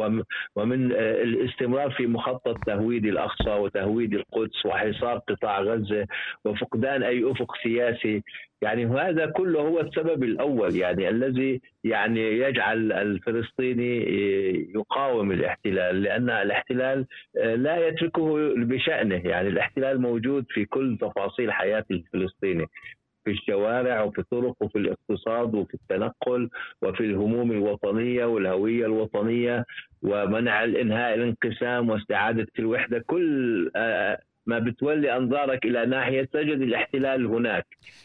ومن الاستمرار في مخطط تهويد الأقصى وتهويد القدس وحصار قطاع غزة وفقدان أي أفق سياسي. يعني هذا كله هو السبب الأول يعني الذي يعني يجعل الفلسطيني يقاوم الاحتلال، لأن الاحتلال لا يتركه بشأنه. يعني الاحتلال موجود في كل تفاصيل حياة الفلسطيني، في الشوارع وفي الطرق وفي الاقتصاد وفي التنقل وفي الهموم الوطنية والهوية الوطنية ومنع الإنهاء الانقسام واستعادة الوحدة. كل ما بتولي أنظارك إلى ناحية تجد الاحتلال هناك.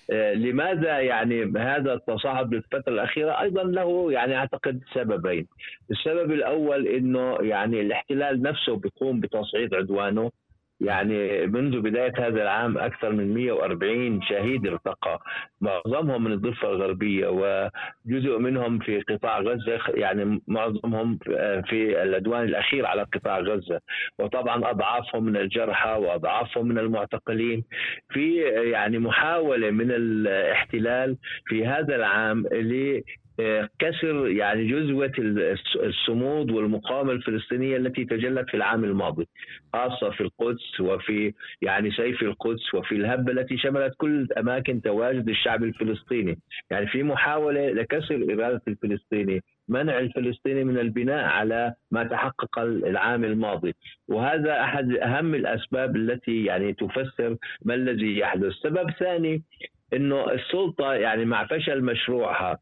لماذا يعني هذا التصاعد بالفترة الأخيرة؟ أيضا له يعني أعتقد سببين. السبب الأول إنه يعني الاحتلال نفسه بيقوم بتصعيد عدوانه. يعني منذ بداية هذا العام أكثر من مئة وأربعين شهيد ارتقى، معظمهم من الضفة الغربية وجزء منهم في قطاع غزة، يعني معظمهم في العدوان الأخير على قطاع غزة، وطبعا أضعافهم من الجرحى وأضعافهم من المعتقلين. في يعني محاولة من الاحتلال في هذا العام اللي كسر يعني جزوة الصمود والمقاومة الفلسطينية التي تجلت في العام الماضي، خاصة في القدس وفي يعني سيف القدس وفي الهبة التي شملت كل أماكن تواجد الشعب الفلسطيني. يعني في محاولة لكسر إرادة الفلسطيني، منع الفلسطيني من البناء على ما تحقق العام الماضي، وهذا أحد أهم الأسباب التي يعني تفسر ما الذي يحدث. سبب ثاني إنه السلطة يعني مع فشل مشروعها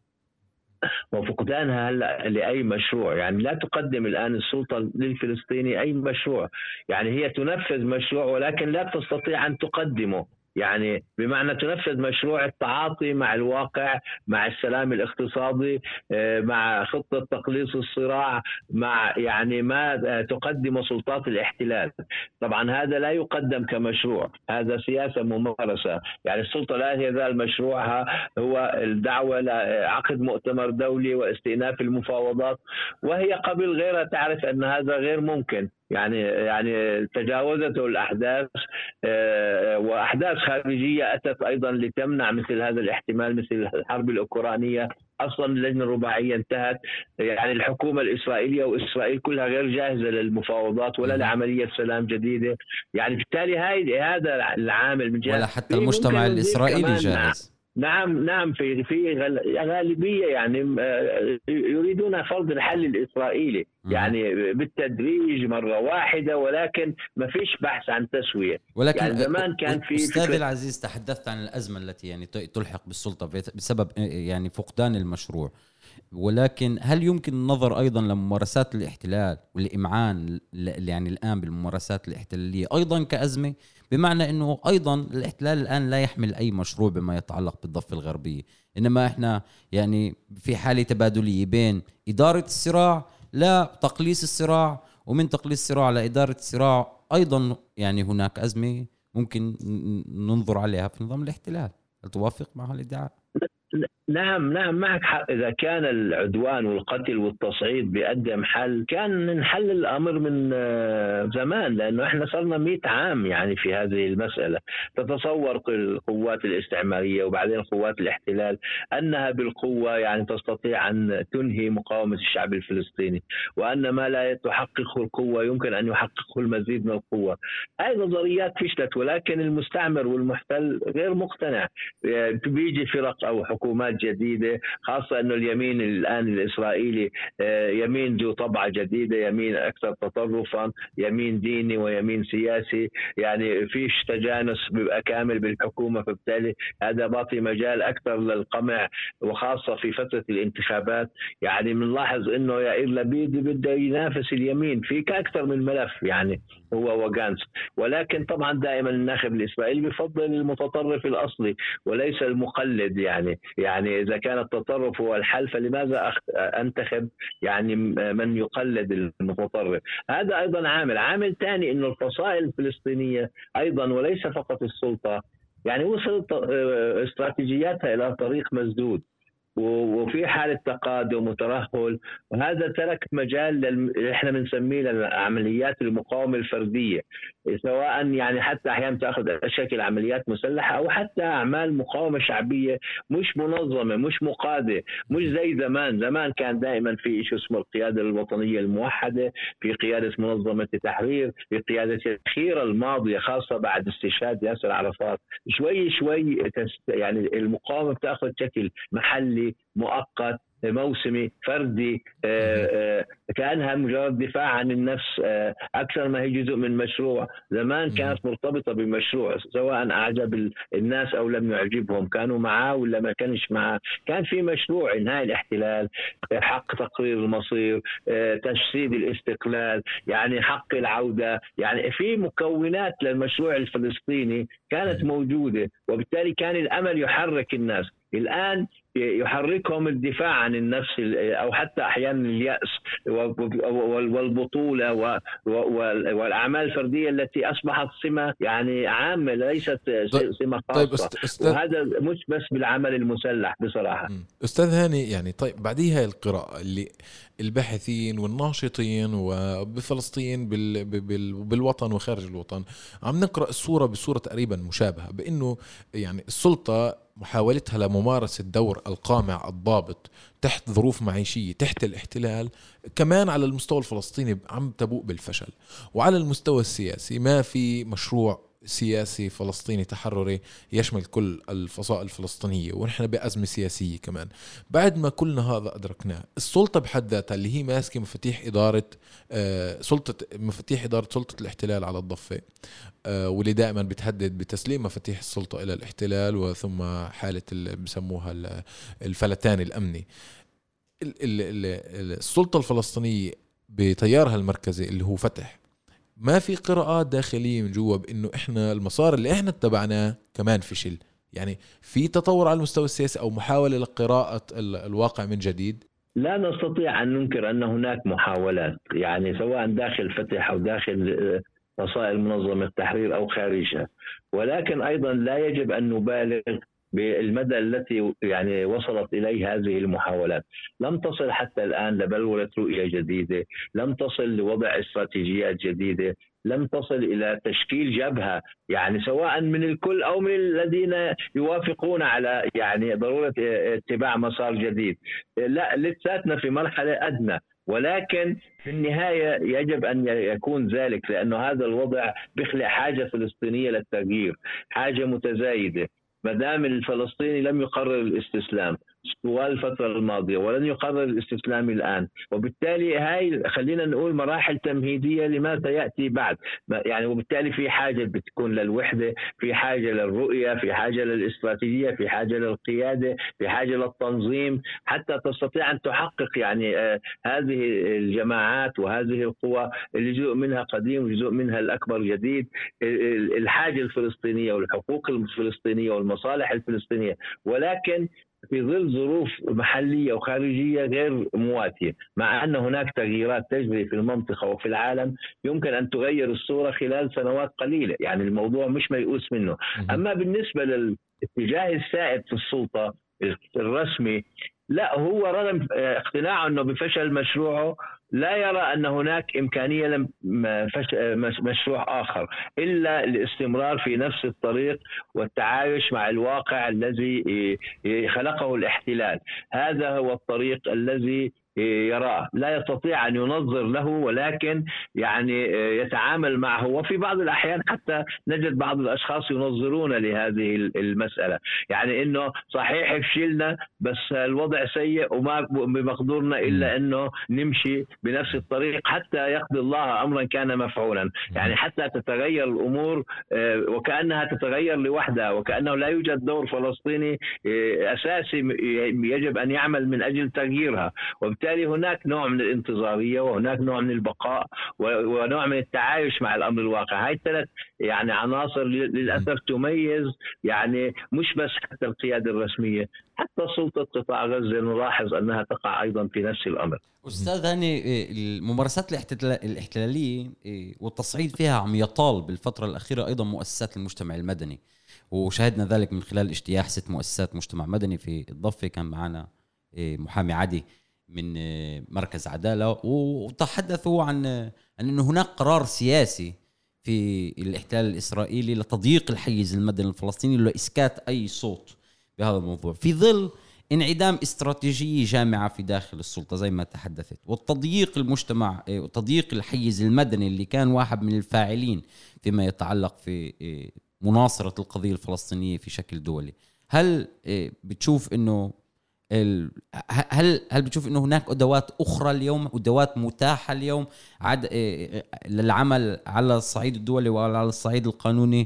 وفقدانها هلا لاي مشروع، يعني لا تقدم الان السلطه للفلسطيني اي مشروع، يعني هي تنفذ مشروع ولكن لا تستطيع ان تقدمه. يعني بمعنى تنفذ مشروع التعاطي مع الواقع، مع السلام الاقتصادي، مع خطة تقليص الصراع، مع يعني ما تقدم سلطات الاحتلال. طبعا هذا لا يقدم كمشروع، هذا سياسة ممارسة. يعني السلطة لا يزال مشروعها هو الدعوة لعقد مؤتمر دولي واستئناف المفاوضات، وهي قبل غيرها تعرف أن هذا غير ممكن. يعني يعني تجاوزته الأحداث وأحداث خارجية أتت أيضا لتمنع مثل هذا الاحتمال، مثل الحرب الأوكرانية. أصلا اللجنة الرباعية انتهت، يعني الحكومة الإسرائيلية وإسرائيل كلها غير جاهزة للمفاوضات ولا لعملية سلام جديدة. يعني بالتالي هاي هذا العامل من جهة ولا حتى المجتمع الإسرائيلي جاهز. نعم نعم في في غالبيه يعني يريدون فرض الحل الاسرائيلي يعني بالتدريج مره واحده، ولكن ما فيش بحث عن تسويه. ولكن يعني زمان كان في استاذ العزيز تحدثت عن الازمه التي يعني تلحق بالسلطه بسبب يعني فقدان المشروع، ولكن هل يمكن النظر ايضا لممارسات الاحتلال والامعان يعني الان بالممارسات الاحتلاليه ايضا كازمه؟ بمعنى انه ايضا الاحتلال الان لا يحمل اي مشروع بما يتعلق بالضفه الغربيه، انما احنا يعني في حاله تبادليه بين اداره الصراع لا تقليص الصراع، ومن تقليص الصراع لاداره الصراع. ايضا يعني هناك ازمه ممكن ننظر عليها في نظام الاحتلال. هل توافق مع هالادعاء؟ نعم نعم معك حق. إذا كان العدوان والقتل والتصعيد بيقدم حل كان نحل الأمر من زمان، لأنه إحنا صرنا مئة عام يعني في هذه المسألة. تتصور القوات الاستعمارية وبعدين قوات الاحتلال أنها بالقوة يعني تستطيع أن تنهي مقاومة الشعب الفلسطيني، وأن ما لا تحققه القوة يمكن أن يحققه المزيد من القوة. هذه نظريات فشلت، ولكن المستعمر والمحتل غير مقتنع. بيجي فرق أو حكومات جديدة، خاصة أنه اليمين الآن الإسرائيلي يمين ذو طبعة جديدة، يمين أكثر تطرفا، يمين ديني ويمين سياسي، يعني فيش تجانس بيبقى كامل بالحكومة، فبالتالي هذا بعطي مجال أكثر للقمع، وخاصة في فترة الانتخابات. يعني بنلاحظ أنه يائير لبيد بده ينافس اليمين في أكثر من ملف، يعني هو وغانس، ولكن طبعا دائما الناخب الإسرائيلي بفضل المتطرف الأصلي وليس المقلد. يعني يعني إذا كان التطرف هو الحل فلماذا أنتخب يعني من يقلد المتطرف؟ هذا أيضا عامل عامل ثاني إنه الفصائل الفلسطينية أيضا وليس فقط السلطة يعني وصلت استراتيجياتها إلى طريق مسدود وفي حالة تقادم وترهل، وهذا ترك مجال لل... احنا بنسميه عمليات المقاومة الفردية، سواء يعني حتى احيانا تاخذ شكل عمليات مسلحة او حتى اعمال مقاومة شعبية مش منظمة مش مقادة، مش زي زمان. زمان كان دائما في شيء اسمه القيادة الوطنية الموحدة، في قيادة منظمة التحرير، في قيادة الأخيرة الماضية خاصة بعد استشهاد ياسر عرفات، شوي شوي يعني المقاومة بتاخذ شكل محلي مؤقت موسمي فردي، كأنها مجرد دفاع عن النفس أكثر ما هي جزء من مشروع. زمان كانت مرتبطة بمشروع سواء أعجب الناس أو لم يعجبهم، كانوا معاه ولا ما كانش معاه، كان في مشروع إنهاء الاحتلال، حق تقرير المصير، تجسيد الاستقلال، يعني حق العودة، يعني في مكونات للمشروع الفلسطيني كانت موجودة، وبالتالي كان الأمل يحرك الناس. الآن يحركهم الدفاع عن النفس أو حتى أحيانا اليأس والبطولة والأعمال الفردية التي أصبحت سمة يعني عامة ليست سمة خاصة. طيب أست... وهذا مش بس بالعمل المسلح بصراحة. أستاذ هاني، يعني طيب بعديها القراءة اللي الباحثين والناشطين وبفلسطين بال... بال... بالوطن وخارج الوطن عم نقرأ الصورة بصورة تقريبا مشابهة، بأنه يعني السلطة محاولتها لممارسة دور القامع الضابط تحت ظروف معيشية تحت الاحتلال كمان على المستوى الفلسطيني عم تبوء بالفشل، وعلى المستوى السياسي ما في مشروع سياسي فلسطيني تحرري يشمل كل الفصائل الفلسطينية، ونحن بأزمة سياسية كمان. بعد ما كلنا هذا أدركناه، السلطة بحد ذاتها اللي هي ماسكة مفاتيح إدارة آه سلطة مفاتيح إدارة سلطة الاحتلال على الضفة، آه واللي دائما بتهدد بتسليم مفاتيح السلطة إلى الاحتلال وثم حالة اللي بسموها الفلتان الأمني. السلطة الفلسطينية بتيارها المركزي اللي هو فتح، ما في قراءات داخلية من جوا بأنه إحنا المسار اللي إحنا اتبعناه كمان فشل، يعني في تطور على المستوى السياسي أو محاولة لقراءة الواقع من جديد؟ لا نستطيع أن ننكر أن هناك محاولات، يعني سواء داخل فتح أو داخل فصائل منظمة التحرير أو خارجها، ولكن أيضا لا يجب أن نبالغ بالمدى التي يعني وصلت إليه هذه المحاولات. لم تصل حتى الآن لبلورة رؤية جديدة، لم تصل لوضع استراتيجيات جديدة، لم تصل إلى تشكيل جبهة يعني سواء من الكل أو من الذين يوافقون على يعني ضرورة اتباع مسار جديد. لا، لساتنا في مرحلة أدنى، ولكن في النهاية يجب أن يكون ذلك، لأنه هذا الوضع بيخلق حاجة فلسطينية للتغيير، حاجة متزايدة. ما دام الفلسطيني لم يقرر الاستسلام طوال الفترة الماضية ولن يقرر الاستسلام الآن، وبالتالي هاي خلينا نقول مراحل تمهيدية لما سيأتي بعد، يعني وبالتالي في حاجة بتكون للوحدة، في حاجة للرؤية، في حاجة للاستراتيجية، في حاجة للقيادة، في حاجة للتنظيم حتى تستطيع أن تحقق يعني آه هذه الجماعات وهذه القوى اللي جزء منها قديم وجزء منها الأكبر جديد، الحاجة الفلسطينية والحقوق الفلسطينية والمصالح الفلسطينية، ولكن في ظل ظروف محلية وخارجية غير مواتية، مع أن هناك تغييرات تجري في المنطقة وفي العالم يمكن أن تغير الصورة خلال سنوات قليلة، يعني الموضوع مش ميؤوس منه. أما بالنسبة للاتجاه السائد في السلطة الرسمي، لا، هو رغم اقتناعه أنه بفشل مشروعه لا يرى أن هناك إمكانية لمشروع آخر إلا الاستمرار في نفس الطريق والتعايش مع الواقع الذي خلقه الاحتلال. هذا هو الطريق الذي يراه، لا يستطيع أن ينظر له، ولكن يعني يتعامل معه. وفي بعض الأحيان حتى نجد بعض الأشخاص ينظرون لهذه المسألة، يعني إنه صحيح فشلنا بس الوضع سيء وما بمقدورنا إلا إنه نمشي بنفس الطريق حتى يقضي الله أمرا كان مفعولا، يعني حتى تتغير الأمور وكأنها تتغير لوحدها، وكأنه لا يوجد دور فلسطيني أساسي يجب أن يعمل من أجل تغييرها. وبالتالي هناك نوع من الانتظارية وهناك نوع من البقاء ونوع من التعايش مع الأمر الواقع. هاي الثلاث يعني عناصر للأسف تميز يعني مش بس حتى القيادة الرسمية، حتى سلطة قطاع غزة نلاحظ أنها تقع أيضا في نفس الأمر. أستاذ هاني، الممارسات الاحتلالية والتصعيد فيها عم يطال بالفترة الأخيرة أيضا مؤسسات المجتمع المدني، وشاهدنا ذلك من خلال اجتياح ست مؤسسات مجتمع مدني في الضفة. كان معنا محامي عدي من مركز عدالة، وتحدثوا عن أن هناك قرار سياسي في الاحتلال الإسرائيلي لتضييق الحيز المدني الفلسطيني لإسكات أي صوت بهذا الموضوع، في ظل انعدام استراتيجية جامعة في داخل السلطة زي ما تحدثت، والتضييق المجتمع وتضييق الحيز المدني اللي كان واحد من الفاعلين فيما يتعلق في مناصرة القضية الفلسطينية في شكل دولي. هل بتشوف إنه هل هل بتشوف إنه هناك أدوات أخرى اليوم، أدوات متاحة اليوم عد للعمل على الصعيد الدولي وعلى الصعيد القانوني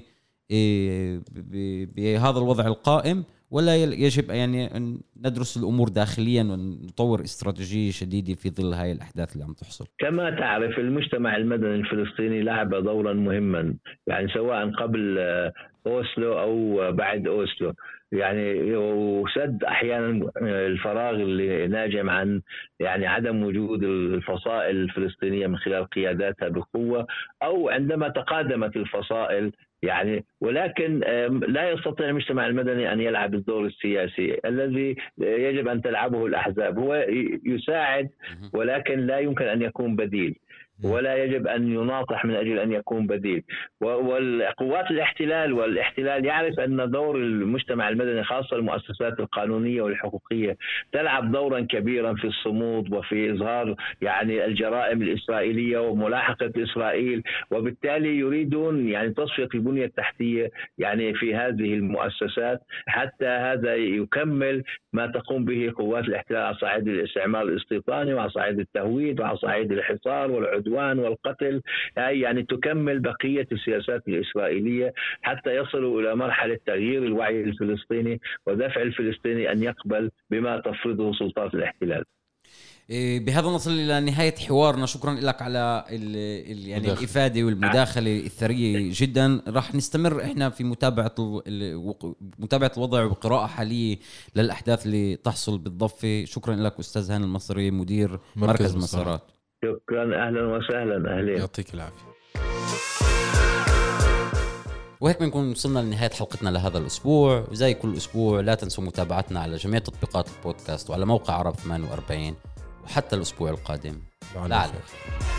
بهذا الوضع القائم، ولا يجب يعني أن ندرس الأمور داخليا ونطور استراتيجية شديدة في ظل هاي الأحداث اللي عم تحصل؟ كما تعرف المجتمع المدني الفلسطيني لعب دورا مهما، يعني سواء قبل أوسلو أو بعد أوسلو، يعني وسد أحيانا الفراغ اللي ناجم عن يعني عدم وجود الفصائل الفلسطينية من خلال قياداتها بقوة، أو عندما تقادمت الفصائل يعني. ولكن لا يستطيع المجتمع المدني أن يلعب الدور السياسي الذي يجب أن تلعبه الأحزاب. هو يساعد ولكن لا يمكن أن يكون بديل، ولا يجب أن يناطح من أجل أن يكون بديل. والقوات الاحتلال والاحتلال يعرف أن دور المجتمع المدني خاصة المؤسسات القانونية والحقوقية تلعب دورا كبيرا في الصمود وفي إظهار يعني الجرائم الإسرائيلية وملاحقة إسرائيل، وبالتالي يريدون يعني تصفية البنية التحتية يعني في هذه المؤسسات حتى هذا يكمل ما تقوم به قوات الاحتلال على صعيد الاستعمار الاستيطاني وعلى صعيد التهويد وعلى صعيد الحصار والعدوان والقتل، يعني تكمل بقية السياسات الإسرائيلية حتى يصلوا إلى مرحلة تغيير الوعي الفلسطيني ودفع الفلسطيني أن يقبل بما تفرضه سلطات الاحتلال. بهذا نصل إلى نهاية حوارنا. شكرا لك على ال ال يعني الإفادة والمداخلة الثرية جدا. راح نستمر إحنا في متابعة متابعة الوضع وقراءة حالية للأحداث اللي تحصل بالضفة. شكرا لك أستاذ هاني المصري مدير مركز, مركز مسارات. شكرا، أهلا وسهلا. أهلين، يعطيك العافية. وهيك بنكون وصلنا لنهاية حلقتنا لهذا الأسبوع، وزي كل أسبوع لا تنسوا متابعتنا على جميع تطبيقات البودكاست وعلى موقع عرب ثمانية وأربعين، وحتى الأسبوع القادم. لا